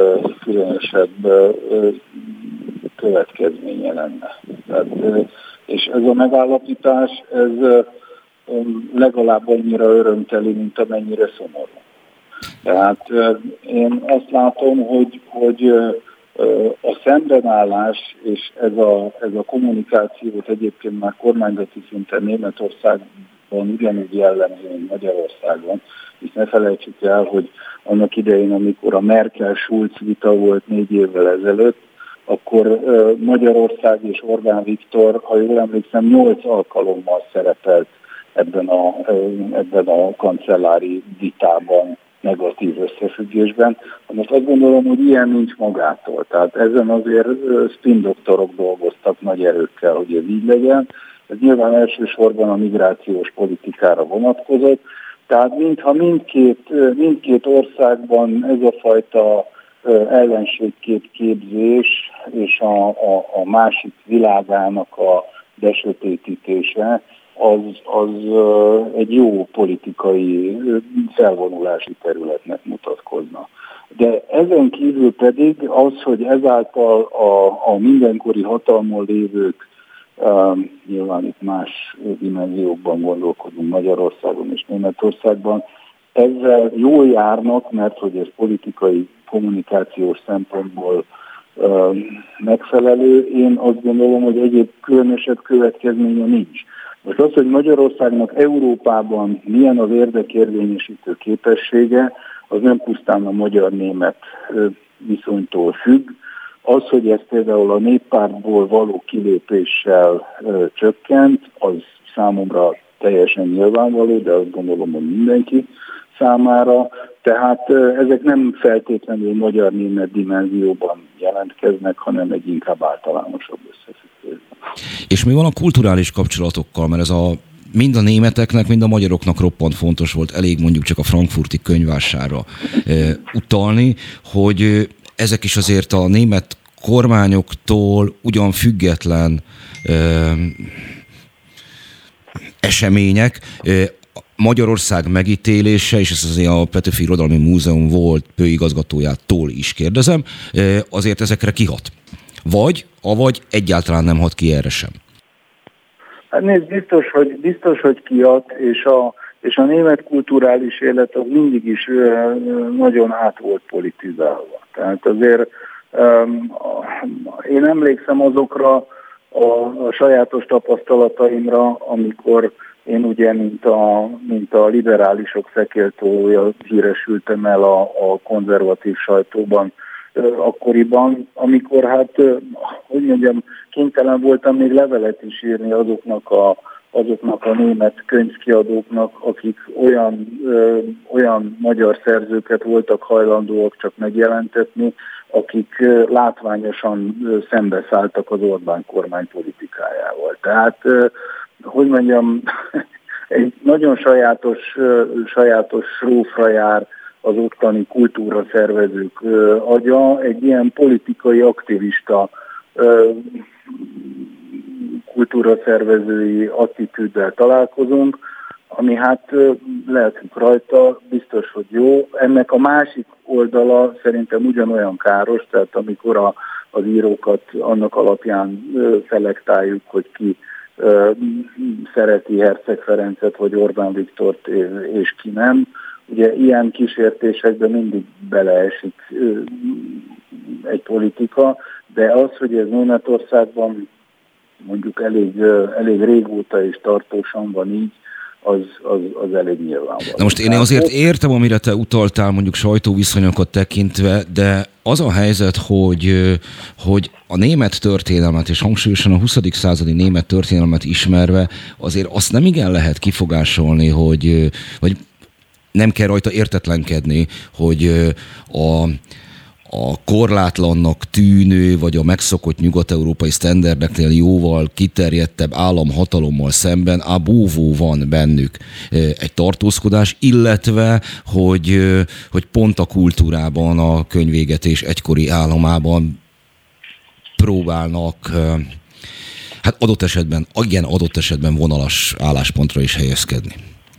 következménye lenne. Tehát, és ez a megállapítás, ez legalább annyira örömteli, mint amennyire szomorú. Tehát én azt látom, hogy a szembenállás és ez a kommunikációt egyébként már kormányzati szinten Németországban ugyanúgy jellemző, mint Magyarországon, és ne felejtsük el, hogy annak idején, amikor a Merkel-Schulz vita volt 4 évvel ezelőtt, akkor Magyarország és Orbán Viktor, ha jól emlékszem, 8 alkalommal szerepelt ebben a kancellári vitában, negatív összefüggésben. Most azt gondolom, hogy ilyen nincs magától. Tehát ezen azért spin doktorok dolgoztak nagy erőkkel, hogy ez így legyen. Ez nyilván elsősorban a migrációs politikára vonatkozott. Tehát mintha mindkét országban ez a fajta ellenségképzés és a másik világának a besötétítése, az egy jó politikai felvonulási területnek mutatkozna. De ezen kívül pedig az, hogy ezáltal a mindenkori hatalmon lévők, nyilván itt más dimenziókban gondolkodunk Magyarországon és Németországban, ezzel jól járnak, mert hogy ez politikai kommunikációs szempontból megfelelő. Én azt gondolom, hogy egyéb különösebb következménye nincs. Most az, hogy Magyarországnak Európában milyen az érdekérvényesítő képessége, az nem pusztán a magyar-német viszonytól függ. Az, hogy ez például a néppártból való kilépéssel csökkent, az számomra teljesen nyilvánvaló, de azt gondolom, hogy mindenki számára. Tehát ezek nem feltétlenül magyar-német dimenzióban jelentkeznek, hanem egy inkább általánosabb összefüggésben. És mi van a kulturális kapcsolatokkal? Mert ez mind a németeknek, mind a magyaroknak roppant fontos volt, elég mondjuk csak a frankfurti könyvvásárra utalni, hogy ezek is azért a német kormányoktól ugyan független események. Magyarország megítélése, és ezt azért a Petőfi Irodalmi Múzeum volt főigazgatójától is kérdezem, azért ezekre kihat? Avagy egyáltalán nem hat ki erre sem? Hát nézd, biztos, hogy kihat, és a német kulturális élet az mindig is nagyon át volt politizálva. Tehát azért én emlékszem azokra a sajátos tapasztalataimra, amikor én ugye, mint a liberálisok szekéltolója híresültem el a konzervatív sajtóban akkoriban, amikor kénytelen voltam még levelet is írni azoknak a német könyvkiadóknak, akik olyan magyar szerzőket voltak hajlandóak csak megjelentetni, akik látványosan szembeszálltak az Orbán kormány politikájával. Tehát, egy nagyon sajátos srófra jár az ottani kultúra szervezők agya, egy ilyen politikai aktivista kultúra szervezői attitűddel találkozunk, ami lehetünk rajta, biztos, hogy jó. Ennek a másik oldala szerintem ugyanolyan káros, tehát amikor az írókat annak alapján szelektáljuk, hogy ki szereti Herceg Ferencet vagy Orbán Viktort, és ki nem. Ugye ilyen kísértésekben mindig beleesik egy politika, de az, hogy ez Németországban mondjuk elég régóta és tartósan van így, az elég nyilvánvaló. Na most én azért értem, amire te utaltál, mondjuk sajtóviszonyokat tekintve, de az a helyzet, hogy a német történelmet, és hangsúlyosan a 20. századi német történelmet ismerve, azért azt nem igen lehet kifogásolni, vagy nem kell rajta értetlenkedni, hogy a korlátlannak tűnő, vagy a megszokott nyugat-európai sztenderdeknél jóval kiterjedtebb államhatalommal szemben bóvó van bennük egy tartózkodás, illetve, hogy pont a kultúrában, a könyvégetés egykori államában próbálnak adott esetben vonalas álláspontra is helyezkedni.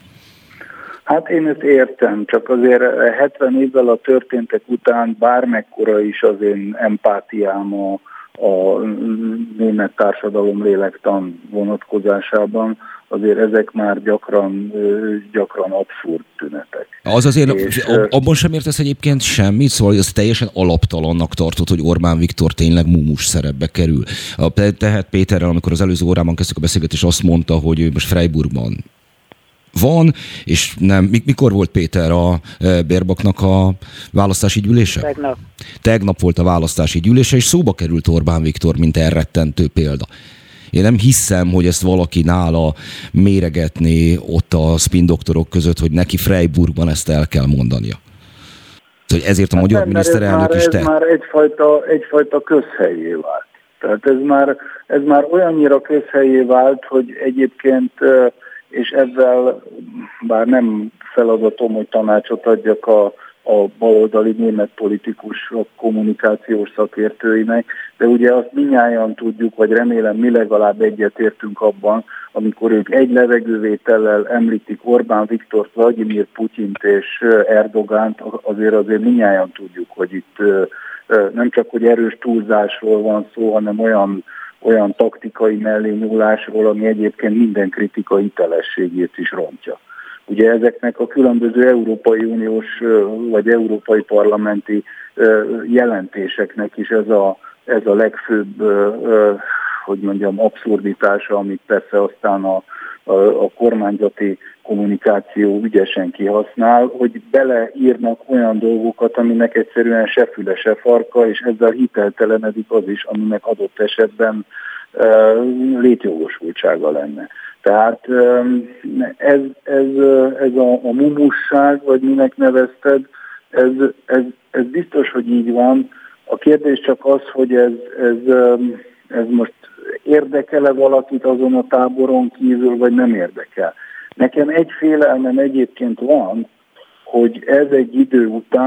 Hát én ezt értem, csak azért 70 évvel a történtek után bármekkora is az én empátiám a német társadalom lélektan vonatkozásában, azért ezek már gyakran abszurd tünetek. Az azért, abban sem értesz egyébként semmit, szóval az teljesen alaptalannak tartott, hogy Orbán Viktor tényleg mumus szerepbe kerül. Tehát Péterrel, amikor az előző órában kezdtük a beszélgetést, azt mondta, hogy ő most Freiburgban van, és nem. Mikor volt Péter a Baerbocknak a választási gyűlése? Tegnap volt a választási gyűlése, és szóba került Orbán Viktor, mint elrettentő példa. Én nem hiszem, hogy ezt valaki nála méregetné ott a spin doktorok között, hogy neki Freiburgban ezt el kell mondania. Szóval ezért a magyar miniszterelnök is tett. Ez már egyfajta közhelyé vált. Tehát ez már olyannyira közhelyé vált, hogy egyébként, és ezzel bár nem feladatom, hogy tanácsot adjak a baloldali német politikusok kommunikációs szakértőinek, de ugye azt mindnyájan tudjuk, vagy remélem mi legalább egyetértünk abban, amikor ők egy levegővétellel említik Orbán Viktort, Vladimir Putyint és Erdogánt, azért mindnyájan tudjuk, hogy itt nem csak hogy erős túlzásról van szó, hanem olyan taktikai mellényúlásról, ami egyébként minden kritika hitelességét is rontja. Ugye ezeknek a különböző Európai Uniós vagy európai parlamenti jelentéseknek is ez a legfőbb, abszurditása, amit persze aztán a kormányzati kommunikáció ügyesen kihasznál, hogy beleírnak olyan dolgokat, aminek egyszerűen se füle, se farka, és ezzel hiteltelenedik az is, aminek adott esetben létjogosultsága lenne. Tehát ez a mumusság, vagy minek nevezted, ez biztos, hogy így van. A kérdés csak az, hogy ez most érdekel-e valakit azon a táboron kívül, vagy nem érdekel. Nekem egy félelmem egyébként van, hogy ez egy idő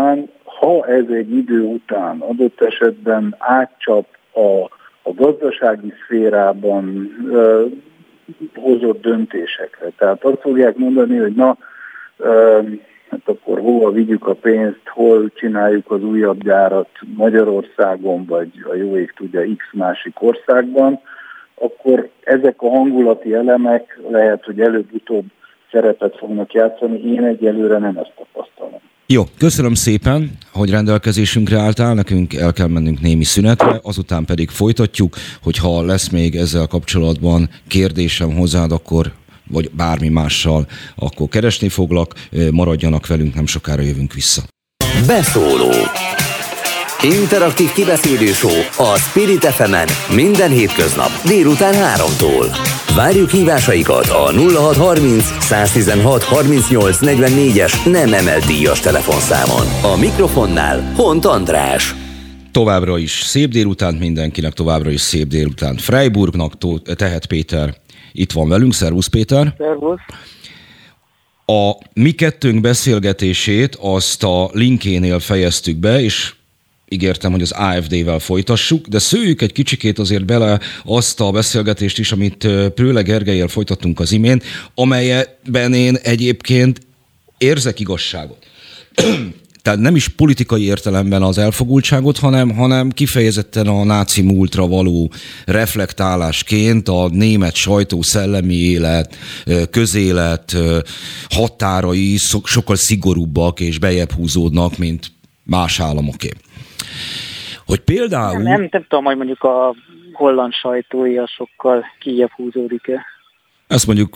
után adott esetben átcsap a gazdasági szférában hozott döntésekre. Tehát azt fogják mondani, hogy hát akkor hova vigyük a pénzt, hol csináljuk az újabb gyárat Magyarországon, vagy a jó ég tudja X másik országban, akkor ezek a hangulati elemek lehet, hogy előbb-utóbb szerepet fognak játszani. Én egyelőre nem ezt tapasztalom. Jó, köszönöm szépen, hogy rendelkezésünkre álltál, nekünk el kell mennünk némi szünetre, azután pedig folytatjuk, hogyha lesz még ezzel kapcsolatban kérdésem hozzád, akkor vagy bármi mással, akkor keresni foglak, maradjanak velünk, nem sokára jövünk vissza. Beszóló. Interaktív kibeszélő show a Spirit FM-en minden hétköznap délután 3-tól. Várjuk hívásaikat a 0630 116 38 44-es nem emelt díjas telefonszámon. A mikrofonnál Hont András. Továbbra is szép délutánt mindenkinek, továbbra is szép délutánt Freiburgnak, Tehet Péter itt van velünk. Szervusz Péter! Szervusz! A mi kettőnk beszélgetését azt a linkénél fejeztük be, és ígértem, hogy az AfD-vel folytassuk, de szőjük egy kicsikét azért bele azt a beszélgetést is, amit Prőle Gergellyel folytattunk az imént, amelyben én egyébként érzek igazságot. Tehát nem is politikai értelemben az elfogultságot, hanem kifejezetten a náci múltra való reflektálásként a német sajtó szellemi élet, közélet határai sokkal szigorúbbak és bejebb húzódnak, mint más államoké. Hogy például... Nem tudom, hogy mondjuk a holland sajtója sokkal kijebb húzódik-e. Ezt mondjuk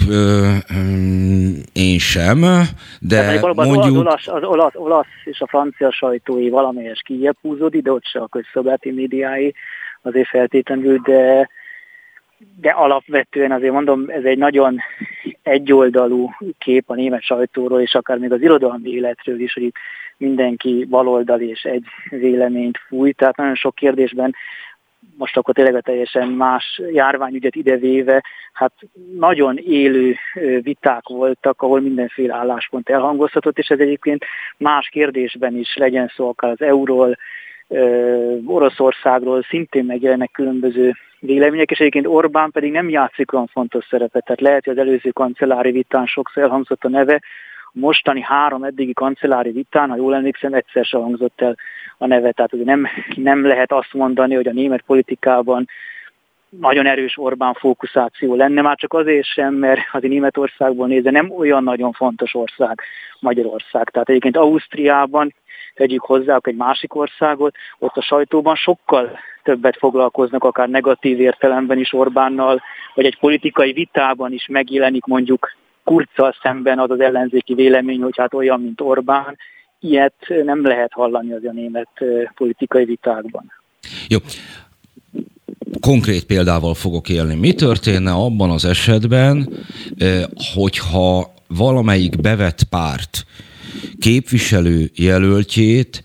én sem, de mondjuk... Az olasz és a francia sajtói valamelyes kijebb húzódik, de ott se a közszolgálati médiái azért feltétlenül, de alapvetően azért mondom, ez egy nagyon egyoldalú kép a német sajtóról, és akár még az irodalmi életről is, hogy itt mindenki baloldali és egy véleményt fúj, tehát nagyon sok kérdésben most akkor tényleg a teljesen más járványügyet idevéve, hát nagyon élő viták voltak, ahol mindenféle álláspont elhangozhatott, és ez egyébként más kérdésben is, legyen szó akár az euróról, Oroszországról, szintén megjelennek különböző vélemények, és egyébként Orbán pedig nem játszik olyan fontos szerepet, tehát lehet, hogy az előző kancellári vitán sokszor elhangzott a neve, a mostani 3 eddigi kancellári vitán, ha jól emlékszem, egyszer sem hangzott el a neve, tehát nem lehet azt mondani, hogy a német politikában nagyon erős Orbán fókuszáció lenne, már csak azért sem, mert azért Németországból nézve nem olyan nagyon fontos ország Magyarország. Tehát egyébként Ausztriában, tegyük hozzá egy másik országot, ott a sajtóban sokkal többet foglalkoznak, akár negatív értelemben is Orbánnal, vagy egy politikai vitában is megjelenik mondjuk Kurzzal szemben az ellenzéki vélemény, hogy hát olyan, mint Orbán. Ilyet nem lehet hallani az a német politikai vitákban. Jó. Konkrét példával fogok élni. Mi történne abban az esetben, hogyha valamelyik bevett párt képviselő jelöltjét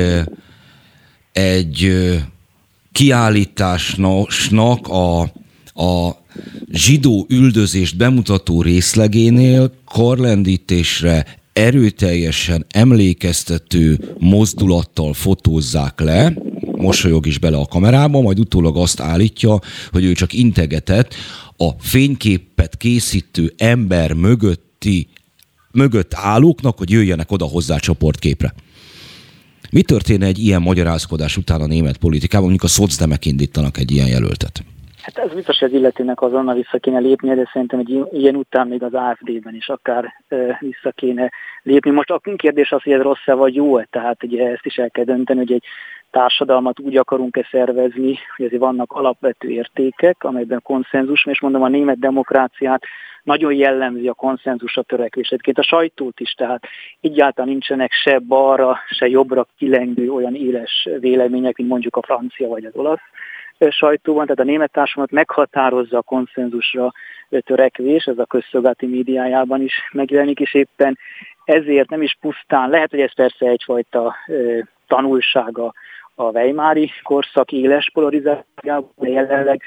egy kiállításnak a zsidó üldözést bemutató részlegénél karlendítésre erőteljesen emlékeztető mozdulattal fotózzák le, mosolyog is bele a kamerába, majd utólag azt állítja, hogy ő csak integetett a fényképet készítő ember mögött állóknak, hogy jöjjenek oda hozzá csoportképre. Mi történne egy ilyen magyarázkodás után a német politikában, mondjuk a szocdemek indítanak egy ilyen jelöltet? Hát ez biztos, hogy az illetőnek azonnal vissza kéne lépnie, de szerintem egy ilyen után még az AfD-ben is akár vissza kéne lépni. Most a kérdés az, hogy ez rossz-e vagy jó, tehát ugye ezt is el kell dönteni, hogy egy társadalmat úgy akarunk-e szervezni, hogy azért vannak alapvető értékek, amelyben konszenzus, és mondom, a német demokráciát nagyon jellemzi a konszenzusra törekvés. Egyébként a sajtót is, tehát egyáltalán nincsenek se balra, se jobbra kilengő olyan éles vélemények, mint mondjuk a francia vagy az olasz sajtóban, tehát a német társadalmat meghatározza a konszenzusra törekvés, ez a közszolgálati médiájában is megjelenik, és éppen ezért nem is pusztán, lehet, hogy ez persze egyfajta tanulsága a weimári korszak éles polarizációjában, de jelenleg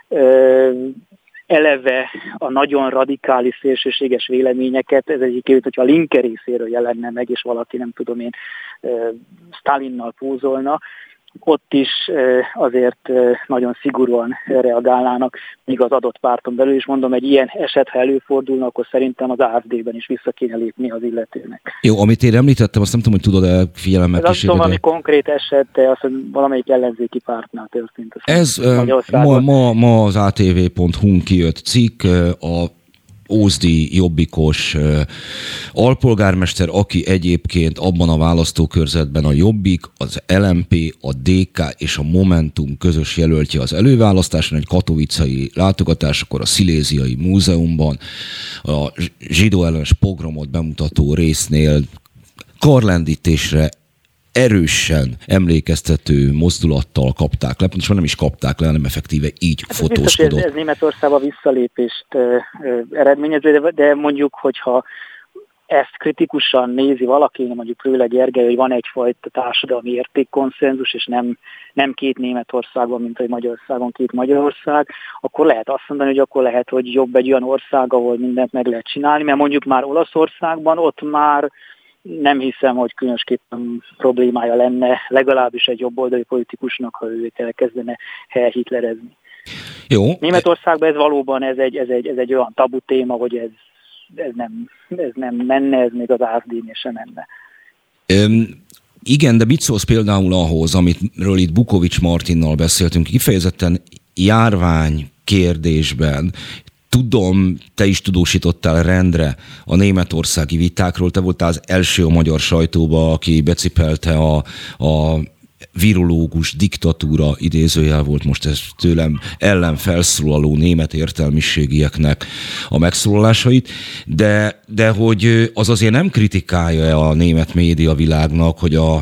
eleve a nagyon radikális, szélsőséges véleményeket, ez egyébként, hogyha a Linke részéről jelenne meg, és valaki, nem tudom én, Stalinnal pózolna, ott is azért nagyon szigorúan reagálnának, míg az adott párton belül is. Mondom, egy ilyen eset, ha előfordulna, akkor szerintem az AfD-ben is vissza kéne lépni az illetőnek. Jó, amit én említettem, azt nem tudom, hogy tudod-e figyelemmel kísérni. Ez azt tudom, valami konkrét eset, de azt, hogy valamelyik ellenzéki pártnál történt. Ez ma az atv.hu-n kijött cikk, a Ózdi jobbikos alpolgármester, aki egyébként abban a választókörzetben a Jobbik, az LMP, a DK és a Momentum közös jelöltje az előválasztáson, egy katowicai látogatásakor a Sziléziai Múzeumban a zsidó ellenes pogromot bemutató résznél karlendítésre erősen emlékeztető mozdulattal kapták le, pontosan nem is kapták le, hanem effektíve így fotózkodott. Biztos, ez Németországban visszalépést eredményező, de mondjuk, hogyha ezt kritikusan nézi valaki, mondjuk főleg Gergely, hogy van egyfajta társadalmi értékkonszenzus, és nem két Németországban, mint hogy Magyarországon két Magyarország, akkor lehet azt mondani, hogy akkor lehet, hogy jobb egy olyan ország, ahol mindent meg lehet csinálni, mert mondjuk már Olaszországban ott már nem hiszem, hogy különösképpen problémája lenne legalábbis egy jobboldali politikusnak, ha ő elkezdene hitlerezni. Jó. Németországban ez valóban ez egy olyan tabu téma, hogy ez nem menne, ez még az AfD-nél sem menne. Igen, de mit szólsz például ahhoz, amiről itt Bukovics Martinnal beszéltünk, kifejezetten járvány kérdésben. Tudom, te is tudósítottál rendre a németországi vitákról, te voltál az első a magyar sajtóba, aki becipelte a virológus diktatúra, idézőjel volt most ez tőlem, ellen felszólaló német értelmiségieknek a megszólalásait, de hogy az azért nem kritikálja a német médiavilágnak, hogy a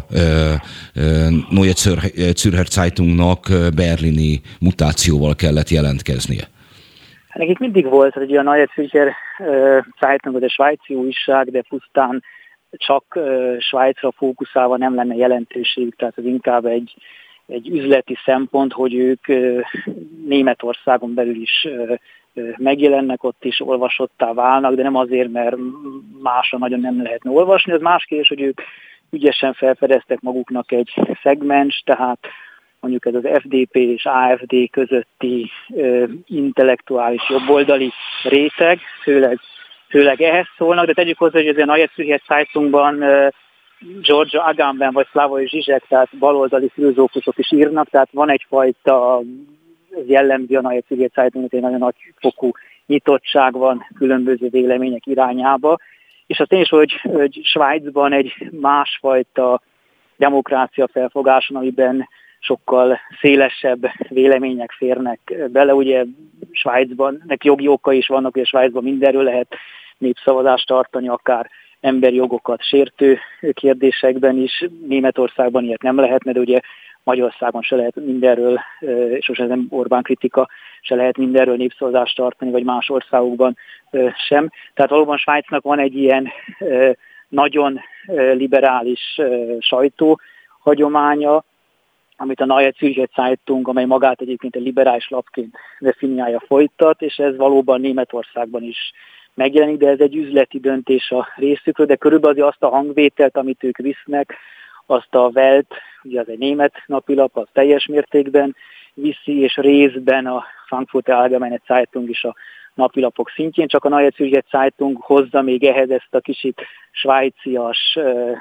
Neue Zürcher Zeitungnak berlini mutációval kellett jelentkeznie. Nekik mindig volt, hogy a Neue Zürcher Zeitung, vagy a svájci újság, de pusztán csak Svájcra fókuszálva nem lenne jelentőségük, tehát ez inkább egy üzleti szempont, hogy ők Németországon belül is megjelennek, ott is olvasottá válnak, de nem azért, mert másra nagyon nem lehetne olvasni. Az más kérdés, hogy ők ügyesen felfedeztek maguknak egy szegmens, tehát mondjuk ez az FDP és AfD közötti intellektuális jobboldali réteg, főleg ehhez szólnak, de tegyük hozzá, hogy ez a Neue Zürcher Zeitungban George Agamben vagy Slavoj Žižek, tehát baloldali filozófusok is írnak, tehát van egyfajta, ez jellemzi a Neue Zürcher Zeitungnak, egy nagyon nagy fokú nyitottság van különböző vélemények irányába, és az tényleg, hogy Svájcban egy másfajta demokrácia felfogáson, amiben sokkal szélesebb vélemények férnek bele. Ugye Svájcban, nek jogi okai is vannak, hogy Svájcban mindenről lehet népszavazást tartani, akár emberi jogokat sértő kérdésekben is. Németországban ilyet nem lehetne, de ugye Magyarországon se lehet mindenről, és most ez nem Orbán kritika, se lehet mindenről népszavazást tartani, vagy más országokban sem. Tehát valóban Svájcnak van egy ilyen nagyon liberális sajtóhagyománya, amit a Neue Zürcher Zeitung, amely magát egyébként egy liberális lapként definiálja, folytat, és ez valóban Németországban is megjelenik, de ez egy üzleti döntés a részükről, de körülbelül azt a hangvételt, amit ők visznek, azt a Welt, ugye az egy német napilap, az teljes mértékben viszi, és részben a Frankfurter Allgemeine Zeitung is a napilapok szintjén, csak a Neue Zürcher Zeitung hozza még ehhez ezt a kicsit svájcias,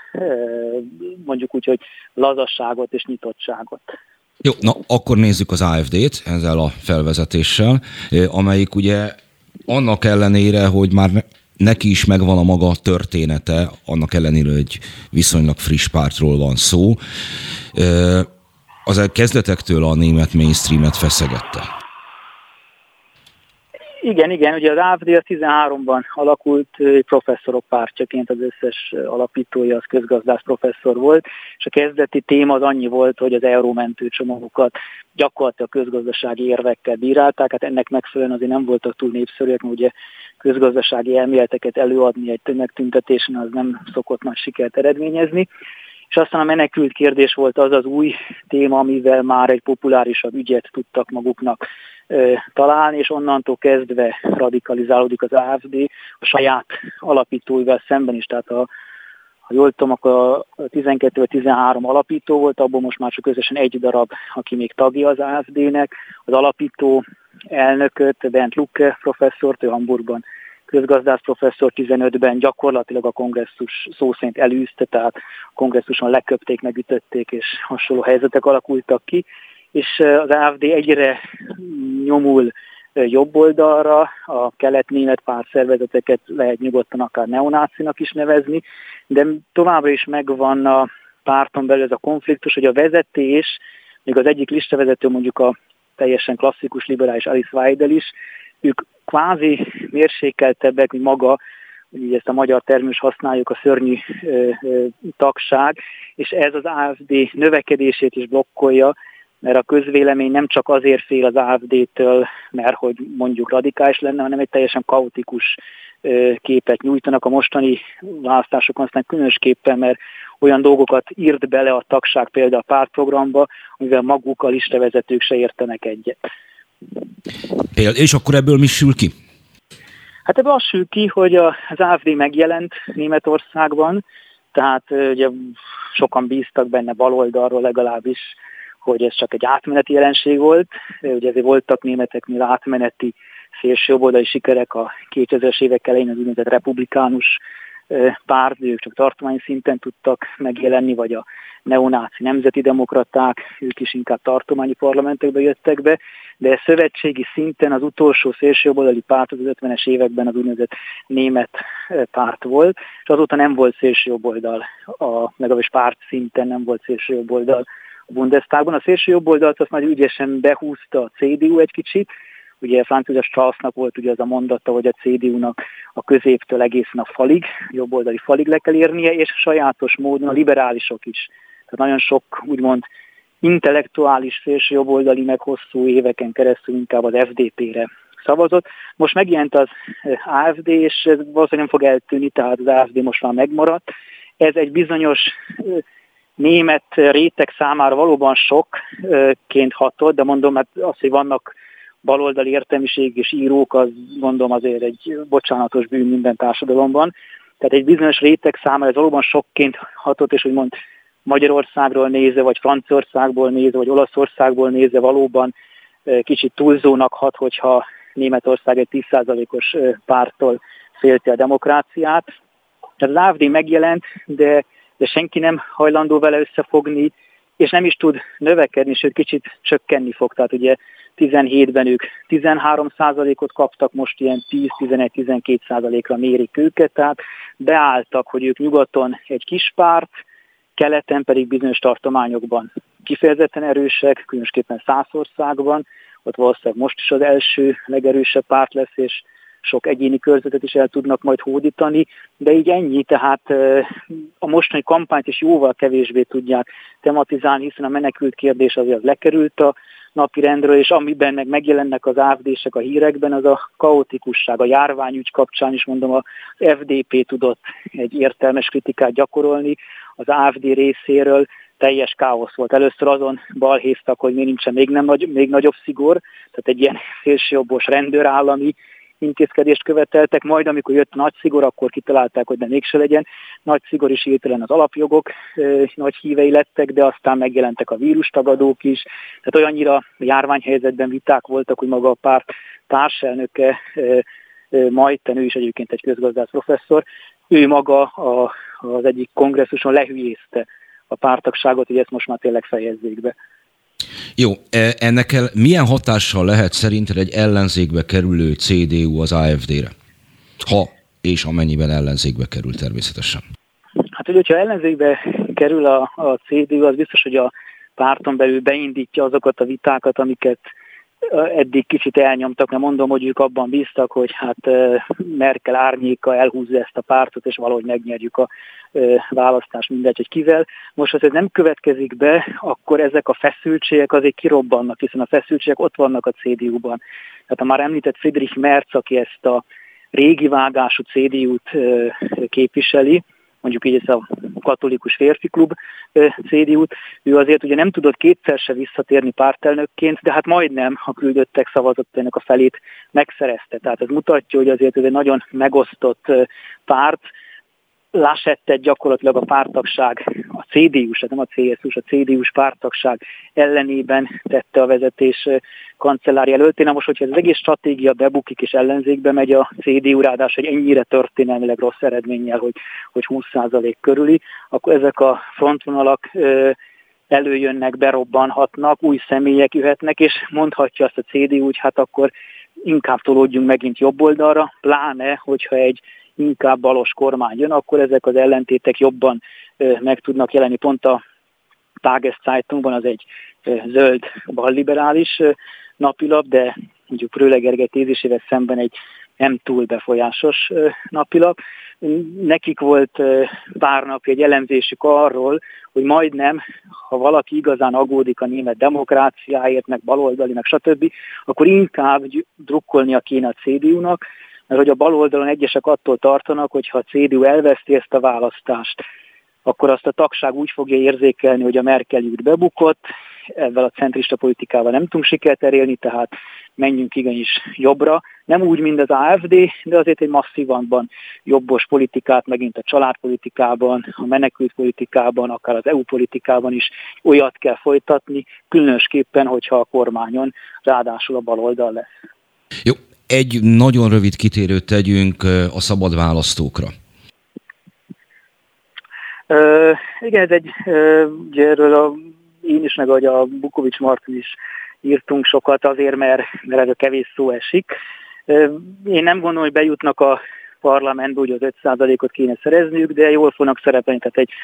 mondjuk úgy, hogy lazasságot és nyitottságot. Jó, na akkor nézzük az AfD-t ezzel a felvezetéssel, amelyik ugye annak ellenére, hogy már neki is megvan a maga története, annak ellenére, hogy viszonylag friss pártról van szó, az kezdetektől a német mainstreamet feszegette. Igen, ugye az AfD az 13-ban alakult, professzorok pártjaként, az összes alapítója az közgazdász professzor volt, és a kezdeti téma az annyi volt, hogy az eurómentő csomagokat gyakorlatilag közgazdasági érvekkel bírálták, hát ennek megfelelően azért nem voltak túl népszerűek, mert ugye közgazdasági elméleteket előadni egy tömegtüntetésen az nem szokott nagy sikert eredményezni. És aztán a menekült kérdés volt az az új téma, amivel már egy populárisabb ügyet tudtak maguknak találni, és onnantól kezdve radikalizálódik az AfD a saját alapítóival szemben is, tehát ha ha jól tudom, akkor a 12 vagy 13 alapító volt, abból most már csak összesen egy darab, aki még tagja az AfD-nek. Az alapító elnököt, Bernd Lucke professzort, ő Hamburgban közgazdász professzor 15-ben gyakorlatilag a kongresszus szó szerint elűzte, tehát a kongresszuson leköpték, megütötték, és hasonló helyzetek alakultak ki, és az AfD egyre nyomul jobb oldalra, a kelet-német pártszervezeteket lehet nyugodtan akár neonácinak is nevezni, de továbbra is megvan a párton belül ez a konfliktus, hogy a vezetés, még az egyik listavezető mondjuk a teljesen klasszikus liberális Alice Weidel is, ők kvázi mérsékeltebbek, mint maga, hogy ezt a magyar terminus használjuk, a szörnyű tagság, és ez az AfD növekedését is blokkolja, mert a közvélemény nem csak azért fél az AfD-től, mert hogy mondjuk radikális lenne, hanem egy teljesen kaotikus képet nyújtanak a mostani választásokon, aztán különösképpen, mert olyan dolgokat írt bele a tagság például a pártprogramba, amivel maguk a listavezetők se értenek egyet. És akkor ebből mi sül ki? Hát ebből az sül ki, hogy az AfD megjelent Németországban, tehát ugye sokan bíztak benne baloldalról legalábbis, hogy ez csak egy átmeneti jelenség volt. Ugye ezért voltak németeknél átmeneti szélsőjobboldali sikerek a 2000-es évek elején az úgynevezett republikánus párt, ők csak tartományi szinten tudtak megjelenni, vagy a neonáci nemzeti demokraták, ők is inkább tartományi parlamentekbe jöttek be, de szövetségi szinten az utolsó szélsőjobboldali párt az 50-es években az úgynevezett német párt volt, és azóta nem volt szélsőjobboldal, legalábbis párt szinten nem volt szélsőjobboldal a Bundestagban. A szélsőjobboldalt azt nagyon ügyesen behúzta a CDU egy kicsit. Ugye Franz Straussnak volt ugye az a mondata, hogy a CDU-nak a középtől egészen a falig, jobboldali falig le kell érnie, és sajátos módon a liberálisok is. Tehát nagyon sok úgymond intellektuális szélsőjobboldali meg hosszú éveken keresztül inkább az FDP-re szavazott. Most megjelent az AfD, és ez valószínűleg nem fog eltűnni, tehát az AfD most már megmaradt. Ez egy bizonyos német réteg számára valóban sokként hatott, de mondom, hát az, hogy vannak baloldali értelmiség és írók, az mondom azért egy bocsánatos bűn minden társadalomban. Tehát egy bizonyos réteg számára ez valóban sokként hatott, és úgymond Magyarországról nézve, vagy Franciaországból nézve, vagy Olaszországból nézve valóban kicsit túlzónak hat, hogyha Németország egy 10%-os párttól félti a demokráciát. Tehát az AfD megjelent, de senki nem hajlandó vele összefogni, és nem is tud növekedni, sőt kicsit csökkenni fog. Tehát ugye 17-ben ők 13%-ot kaptak, most ilyen 10-11-12%-ra mérik őket, tehát beálltak, hogy ők nyugaton egy kis párt, keleten pedig bizonyos tartományokban kifejezetten erősek, különösképpen Szászországban, ott valószínűleg most is az első legerősebb párt lesz, és sok egyéni körzetet is el tudnak majd hódítani, de így ennyi, tehát a mostani kampányt is jóval kevésbé tudják tematizálni, hiszen a menekült kérdés azért lekerült a napirendről, és amiben megjelennek az AfD-sek a hírekben, az a kaotikusság. A járványügy kapcsán is mondom, az FDP tudott egy értelmes kritikát gyakorolni, az AfD részéről teljes káosz volt. Először azon balhéztak, hogy még nincsen még nagyobb szigor, tehát egy ilyen szélsőjobbos rendőrállami intézkedést követeltek, majd amikor jött a nagy szigor, akkor kitalálták, hogy de mégse legyen nagy szigor, is hirtelen az alapjogok nagy hívei lettek, de aztán megjelentek a vírustagadók is. Tehát olyannyira járványhelyzetben viták voltak, hogy maga a párt társelnöke, Meuthen, ő is egyébként egy közgazdász professzor, ő maga az egyik kongresszuson lehülyézte a párttagságot, hogy ezt most már tényleg fejezzék be. Jó, ennek milyen hatással lehet szerinted egy ellenzékbe kerülő CDU az AfD-re? Ha és amennyiben ellenzékbe kerül természetesen. Hát, hogyha ellenzékbe kerül a CDU, az biztos, hogy a párton belül beindítja azokat a vitákat, amiket eddig kicsit elnyomtak, mert mondom, hogy ők abban bíztak, hogy hát Merkel árnyéka elhúzza ezt a pártot, és valahogy megnyerjük a választást, mindegy, hogy kivel. Most, ha ez nem következik be, akkor ezek a feszültségek azért kirobbannak, hiszen a feszültségek ott vannak a CDU-ban. Tehát a már említett Friedrich Merz, aki ezt a régi vágású CDU-t képviseli, mondjuk így ez a katolikus férfiklub CDU-t, ő azért ugye nem tudott kétszer se visszatérni pártelnökként, de hát majdnem, ha küldöttek szavazatainak a felét megszerezte. Tehát ez mutatja, hogy azért ez egy nagyon megosztott párt. Laschettet gyakorlatilag a párttagság, a CDU-s, nem a CSU-s, a CDU-s párttagság ellenében tette a vezetés kancellárjelölté. Most, hogyha az egész stratégia bebukik és ellenzékbe megy a CDU, ráadásul egy ennyire történelmileg rossz eredménnyel, hogy 20% körüli, akkor ezek a frontvonalak előjönnek, berobbanhatnak, új személyek jöhetnek, és mondhatja azt a CDU, hogy hát akkor inkább tolódjunk megint jobb oldalra, pláne, hogyha egy inkább balos kormány jön, akkor ezek az ellentétek jobban meg tudnak jelenni. Pont a Tageszzeitungban az egy zöld balliberális napilap, de mondjuk Prölle Gergely tézésével szemben egy nem túl befolyásos napilap. Nekik volt pár napja egy elemzésük arról, hogy majdnem, ha valaki igazán aggódik a német demokráciáért, meg baloldali, meg stb., akkor inkább drukkolnia kéne a CDU-nak, mert hogy a baloldalon egyesek attól tartanak, hogyha a CDU elveszti ezt a választást, akkor azt a tagság úgy fogja érzékelni, hogy a Merkel ügy bebukott, ezzel a centrista politikával nem tudunk sikert elérni, tehát menjünk igenis jobbra. Nem úgy, mint az AfD, de azért egy masszívabban jobbos politikát, megint a családpolitikában, a menekültpolitikában, akár az EU politikában is olyat kell folytatni, különösképpen, hogyha a kormányon ráadásul a baloldal lesz. Jó, egy nagyon rövid kitérőt tegyünk a szabad választókra. Igen, ez egy, ugye erről én is, meg a Bukovics Martin is írtunk sokat azért, mert erről kevés szó esik. Én nem gondolom, hogy bejutnak a parlamentbe, úgy az 5%-ot kéne szerezniük, de jól fognak szerepelni, tehát egy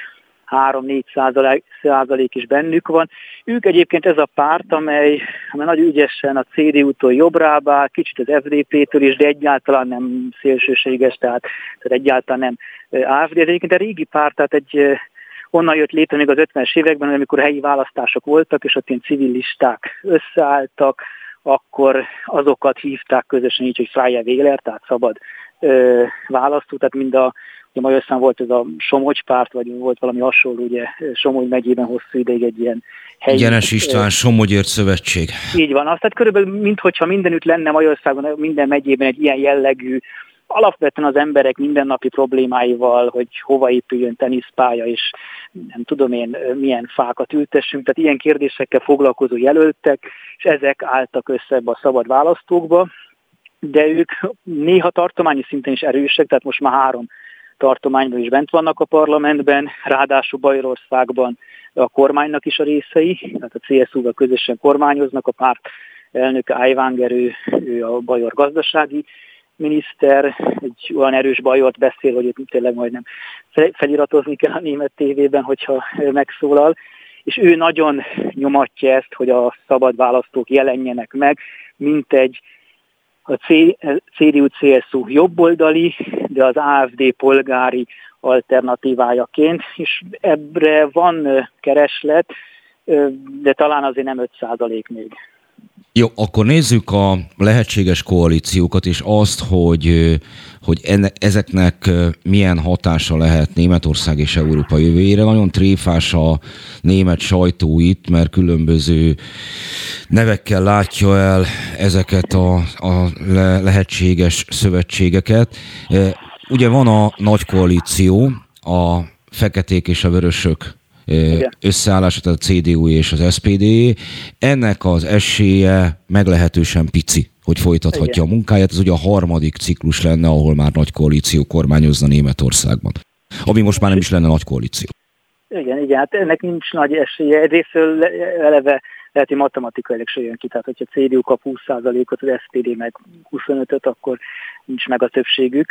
3-4% is bennük van. Ők egyébként ez a párt, amely nagyon ügyesen a CDU-tól jobbrább áll, kicsit az FDP-től is, de egyáltalán nem szélsőséges, tehát egyáltalán nem AfD. De egyébként a régi párt, tehát onnan jött létre még az 50-es években, amikor helyi választások voltak, és ott ilyen civil listák összeálltak, akkor azokat hívták közösen így, hogy Freie Wähler, tehát szabad választó, tehát mind ugye Magyarországon volt ez a Somogy párt, vagy volt valami hasonló, ugye Somogy megyében hosszú ideig egy ilyen helyi... Gyenes István, Somogyért Szövetség. Így van, azt tehát körülbelül minthogyha mindenütt lenne Magyarországon, minden megyében egy ilyen jellegű, alapvetően az emberek mindennapi problémáival, hogy hova épüljön teniszpálya, és nem tudom én milyen fákat ültessünk, tehát ilyen kérdésekkel foglalkozó jelöltek, és ezek álltak össze ebbe a szabad választókba, de ők néha tartományi szinten is erősek, tehát most már 3 tartományban is bent vannak a parlamentben, ráadásul Bajorországban a kormánynak is a részei, tehát a CSU-val közösen kormányoznak, a párt elnöke Aiwanger, ő a bajor gazdasági miniszter, egy olyan erős bajort beszél, hogy itt tényleg majdnem feliratozni kell a német tévében, hogyha megszólal, és ő nagyon nyomatja ezt, hogy a szabad választók jelenjenek meg, mint egy a CDU-CSU jobboldali, de az AfD polgári alternatívájaként, és ebbre van kereslet, de talán azért nem 5% még. Jó, akkor nézzük a lehetséges koalíciókat, és azt, hogy ezeknek milyen hatása lehet Németország és Európa jövőjére. Nagyon tréfás a német sajtó itt, mert különböző nevekkel látja el ezeket a lehetséges szövetségeket. Ugye van a nagy koalíció, a feketék és a vörösök összeállása, tehát a CDU és az SPD. Ennek az esélye meglehetősen pici, hogy folytathatja a munkáját. Ez ugye a 3. ciklus lenne, ahol már nagy koalíció kormányozna Németországban. Ami most már nem is lenne nagy koalíció. Igen, hát ennek nincs nagy esélye. Egyrésztől eleve lehet, hogy matematikailag se jön ki, tehát hogyha a CDU kap 20%-ot, az SPD meg 25-öt, akkor nincs meg a többségük.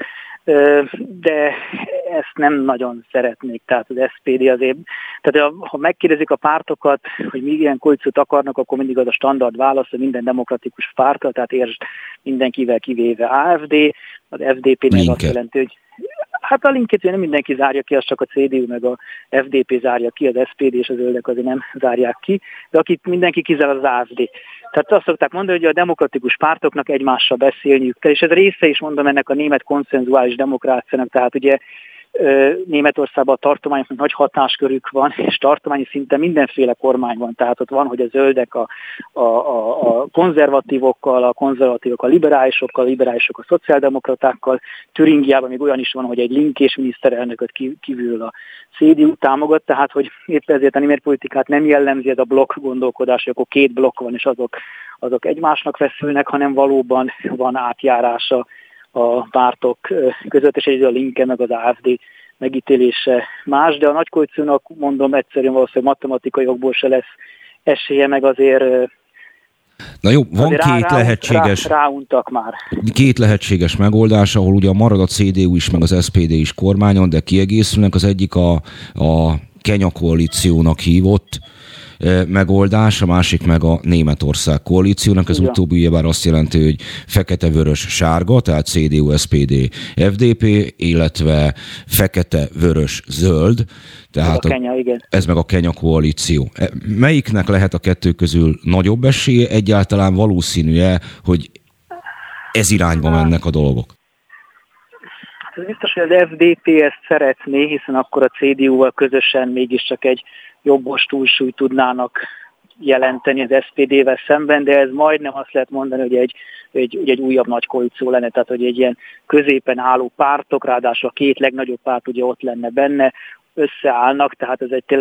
De ezt nem nagyon szeretnék, tehát az SPD azért, tehát ha megkérdezik a pártokat, hogy milyen koalíciót akarnak, akkor mindig az a standard válasz, hogy minden demokratikus párttal, tehát értsd mindenkivel kivéve AfD, az FDP-nek azt jelenti, hogy hát a linket nem mindenki zárja ki, az csak a CDU meg a FDP zárja ki, az SPD és az zöldek azért nem zárják ki, de akit mindenki kizár az AfD. Tehát azt szokták mondani, hogy a demokratikus pártoknak egymással beszélniük kell, és ez része is mondom ennek a német konszenzuális demokráciának, tehát ugye Németországban a tartományoknak nagy hatáskörük van, és tartományi szinten mindenféle kormány van. Tehát ott van, hogy a zöldek a konzervatívokkal, a liberálisok a szociáldemokratákkal. Türingiában még olyan is van, hogy egy linkés miniszterelnököt kívül a CDU támogat, tehát hogy épp ezért a német politikát nem jellemzi ez a blokk gondolkodás, hogy akkor két blokk van, és azok egymásnak feszülnek, hanem valóban van átjárása a pártok között, és egy a Linke meg az AfD megítélése más, de a nagykoalíciónak mondom egyszerűen valószínűleg matematikai okból se lesz esélye, meg azért na jó, van ráuntak már. Két lehetséges megoldás, ahol ugye marad a CDU is, meg az SPD is kormányon, de kiegészülnek. Az egyik a Kenya koalíciónak hívott megoldás, a másik meg a Németország koalíciónak. Ez utóbbi ugyebár azt jelenti, hogy fekete-vörös-sárga, tehát CDU, SPD, FDP, illetve fekete-vörös-zöld. Tehát ez meg a Kenya koalíció. Melyiknek lehet a kettő közül nagyobb esélye? Egyáltalán valószínű-e, hogy ez irányba mennek a dolgok? Ez biztos, hogy az FDP ezt szeretné, hiszen akkor a CDU-val közösen mégiscsak egy jobbos túlsúlyt tudnának jelenteni az SPD-vel szemben, de ez majdnem azt lehet mondani, hogy egy újabb nagy koalíció lenne, tehát hogy egy ilyen középen álló pártok, ráadásul a két legnagyobb párt ugye ott lenne benne, összeállnak, tehát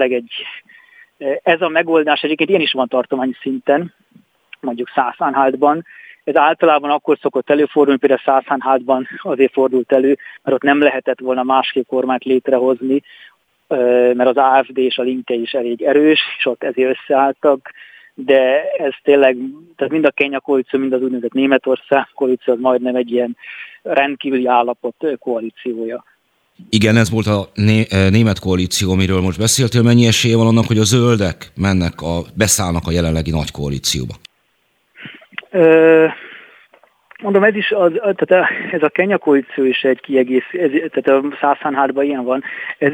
ez a megoldás egyébként ilyen is van tartományi szinten, mondjuk Sachsen-Anhaltban. Ez általában akkor szokott előfordulni, például Sachsen-Anhaltban azért fordult elő, mert ott nem lehetett volna másképp kormányt létrehozni, mert az AfD és a Linke is elég erős, és ott ezért összeálltak, de ez tényleg, tehát mind a Kenya koalíció, mind az úgynevezett Németország koalíció, az majdnem egy ilyen rendkívüli állapot koalíciója. Igen, ez volt a német koalíció, amiről most beszéltél. Mennyi esélye van annak, hogy a zöldek beszállnak a jelenlegi nagy koalícióba? Mondom, tehát ez a Kenya koalíció is egy tehát a Sachsen-Anhaltban ilyen van, ez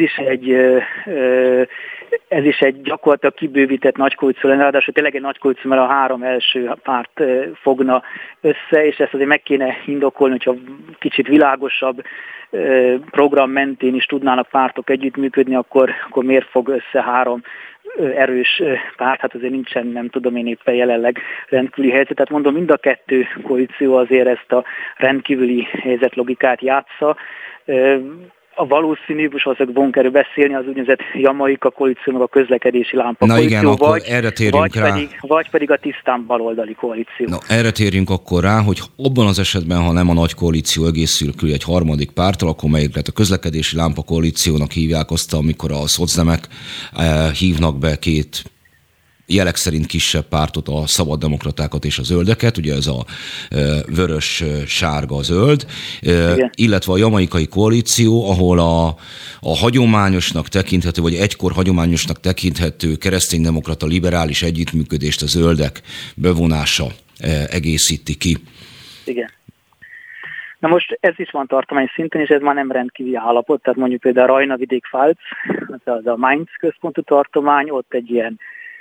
is egy gyakorlatilag kibővített nagy koalíció lenne, ráadásul tényleg egy nagy koalíció, mert a három első párt fogna össze, és ezt azért meg kéne indokolni, hogyha kicsit világosabb program mentén is tudnának pártok együttműködni, akkor miért fog össze három erős párt, hát azért nincsen, nem tudom én éppen jelenleg rendkívüli helyzet. Tehát mondom, mind a kettő koalíció azért ezt a rendkívüli helyzetlogikát játsza. A valószínű, most azért fogunk erről beszélni, az úgynevezett Jamaika koalíció, meg a közlekedési lámpa koalíció, vagy pedig a tisztán baloldali koalíció. Na, erre térjünk akkor rá, hogy abban az esetben, ha nem a nagy koalíció egészül ki egy harmadik párttal, akkor melyik lett a közlekedési lámpa koalíciónak hívják azt, amikor a szocdemek hívnak be két jelek szerint kisebb pártot, a szabaddemokratákat és a zöldeket, ugye ez a vörös-sárga-zöld, illetve a jamaikai koalíció, ahol a hagyományosnak tekinthető, vagy egykor hagyományosnak tekinthető kereszténydemokrata liberális együttműködést a zöldek bevonása egészíti ki. Igen. Na most ez is van tartományi szinten, és ez már nem rendkívüli állapot, tehát mondjuk például a Rajna-Vidék-Pfalz, az a Mainz központú tartomány, ott egy ilyen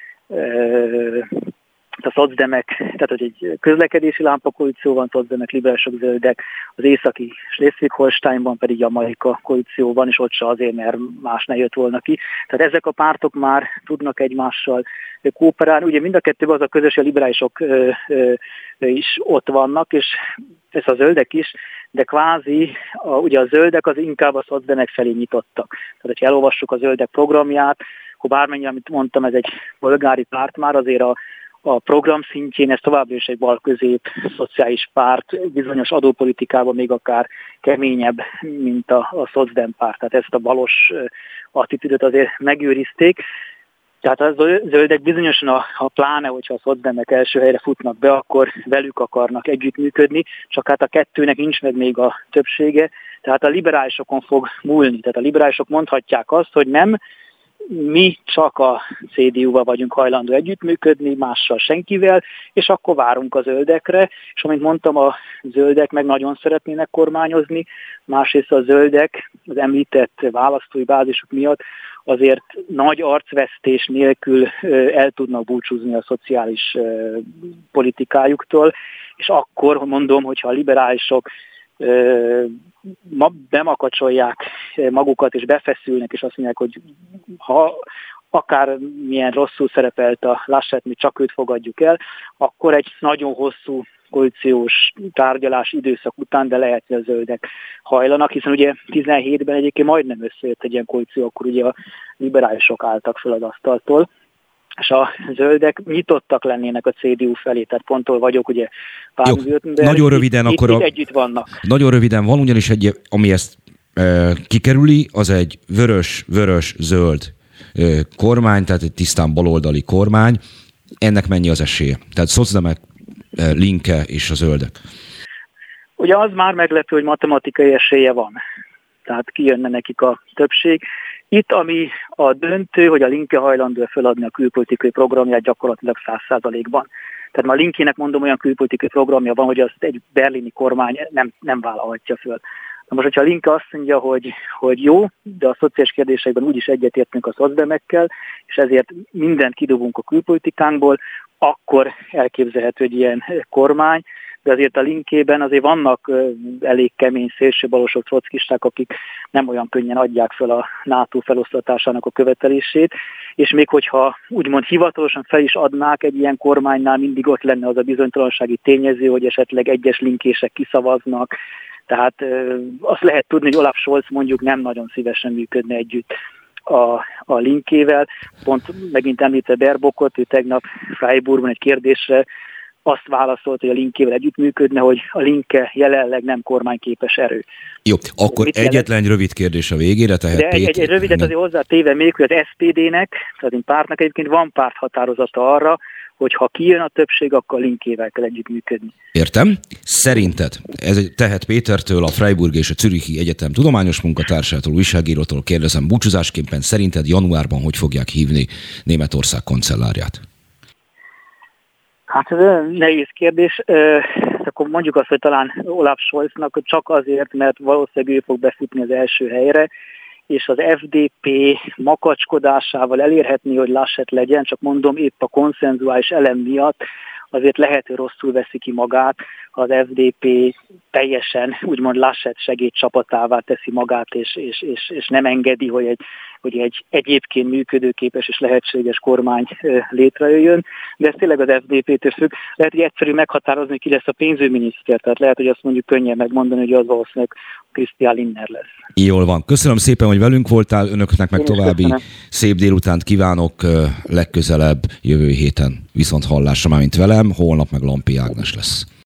a szocdemek, tehát hogy egy közlekedési lámpakoalíció van, szocdemek, liberálisok, zöldek, az északi Schleswig-Holsteinban pedig Jamaika koalíció van, és ott se azért, mert más ne jött volna ki. Tehát ezek a pártok már tudnak egymással kooperálni. Ugye mind a kettőben az a közös, a liberálisok is ott vannak, és ez a zöldek is, de kvázi ugye a zöldek az inkább a szocdemek felé nyitottak. Tehát, hogyha elolvassuk a zöldek programját, akkor bármennyi, amit mondtam, ez egy polgári párt már, azért a program szintjén ez továbbra is egy bal-közép szociális párt, bizonyos adópolitikában még akár keményebb, mint a szocdem párt. Tehát ezt a balos attitűdöt azért megőrizték. Tehát a zöldek bizonyosan a pláne, hogyha a szocdemek első helyre futnak be, akkor velük akarnak együttműködni, csak hát a kettőnek nincs meg még a többsége, tehát a liberálisokon fog múlni. Tehát a liberálisok mondhatják azt, hogy nem, mi csak a CDU-val vagyunk hajlandó együttműködni, mással senkivel, és akkor várunk a zöldekre, és amint mondtam, a zöldek meg nagyon szeretnének kormányozni, másrészt a zöldek az említett választói bázisuk miatt azért nagy arcvesztés nélkül el tudnak búcsúzni a szociális politikájuktól, és akkor mondom, hogyha a liberálisok bemakacsolják magukat, és befeszülnek, és azt mondják, hogy ha akár milyen rosszul szerepelt a Laschet, mi csak őt fogadjuk el, akkor egy nagyon hosszú koalíciós tárgyalás időszak után, de lehet, hogy a zöldek hajlanak, hiszen ugye 17-ben egyébként majdnem összejött egy ilyen koalíció, akkor ugye a liberálisok álltak fel az asztaltól, és a zöldek nyitottak lennének a CDU felé, tehát ponttól vagyok, ugye de nagyon röviden itt együtt vannak. Nagyon röviden van, ugyanis ami ezt kikerüli, az egy vörös-zöld kormány, tehát egy tisztán baloldali kormány. Ennek mennyi az esélye? Tehát szocdemek, Linke és a zöldek. Ugye az már meglepő, hogy matematikai esélye van. Tehát kijönne nekik a többség. Itt, ami a döntő, hogy a Linke hajlandó feladni a külpolitikai programját gyakorlatilag 100%-ban. Tehát ma a Linkének mondom, olyan külpolitikai programja van, hogy azt egy berlini kormány nem vállalhatja föl. Na most, hogyha a Linke azt mondja, hogy jó, de a szociális kérdésekben úgyis egyetértünk a szocdemekkel, és ezért mindent kidobunk a külpolitikánkból, akkor elképzelhető egy ilyen kormány, de azért a Linkében azért vannak elég kemény szélsőbalosok, trockisták, akik nem olyan könnyen adják fel a NATO feloszlatásának a követelését, és még hogyha úgymond hivatalosan fel is adnák egy ilyen kormánynál, mindig ott lenne az a bizonytalansági tényező, hogy esetleg egyes linkések kiszavaznak. Tehát azt lehet tudni, hogy Olaf Scholz mondjuk nem nagyon szívesen működne együtt a Linkével. Pont megint említve Baerbockot, ő tegnap Freiburgban egy kérdésre azt válaszolt, hogy a Linkével együttműködne, hogy a Linke jelenleg nem kormányképes erő. Jó, akkor egyetlen rövid kérdés a végére. Tehát de egy rövidet azért hozzátéve még, hogy az SPD-nek, tehát a pártnak egyébként van párthatározata arra, hogy ha kijön a többség, akkor a Linkével kell együttműködni. Értem. Szerinted, ez egy Tehet Pétertől, a Freiburg és a Zürichi Egyetem tudományos munkatársától, újságírótól kérdezem búcsúzásképpen, szerinted januárban hogy fogják hívni Németország kancellárját? Hát ez nehéz kérdés. Akkor mondjuk azt, hogy talán Olaf Scholznak csak azért, mert valószínűleg ő fog befutni az első helyre, és az FDP makacskodásával elérhetni, hogy Laschet legyen, csak mondom, épp a konszenzuális elem miatt azért lehet, hogy rosszul veszi ki magát, ha az FDP teljesen úgymond Laschet segédcsapatává teszi magát, és nem engedi, hogy egy egyébként működőképes és lehetséges kormány létrejöjjön, de ez tényleg az FDP-től függ. Lehet, hogy egyszerű meghatározni, hogy ki lesz a pénzügyminiszter, tehát lehet, hogy azt mondjuk könnyen megmondani, hogy az valószínűleg Christian Lindner lesz. Jól van. Köszönöm szépen, hogy velünk voltál, önöknek meg további szép délutánt kívánok, legközelebb jövő héten viszont hallásra, már mint velem, holnap meg Lampi Ágnes lesz.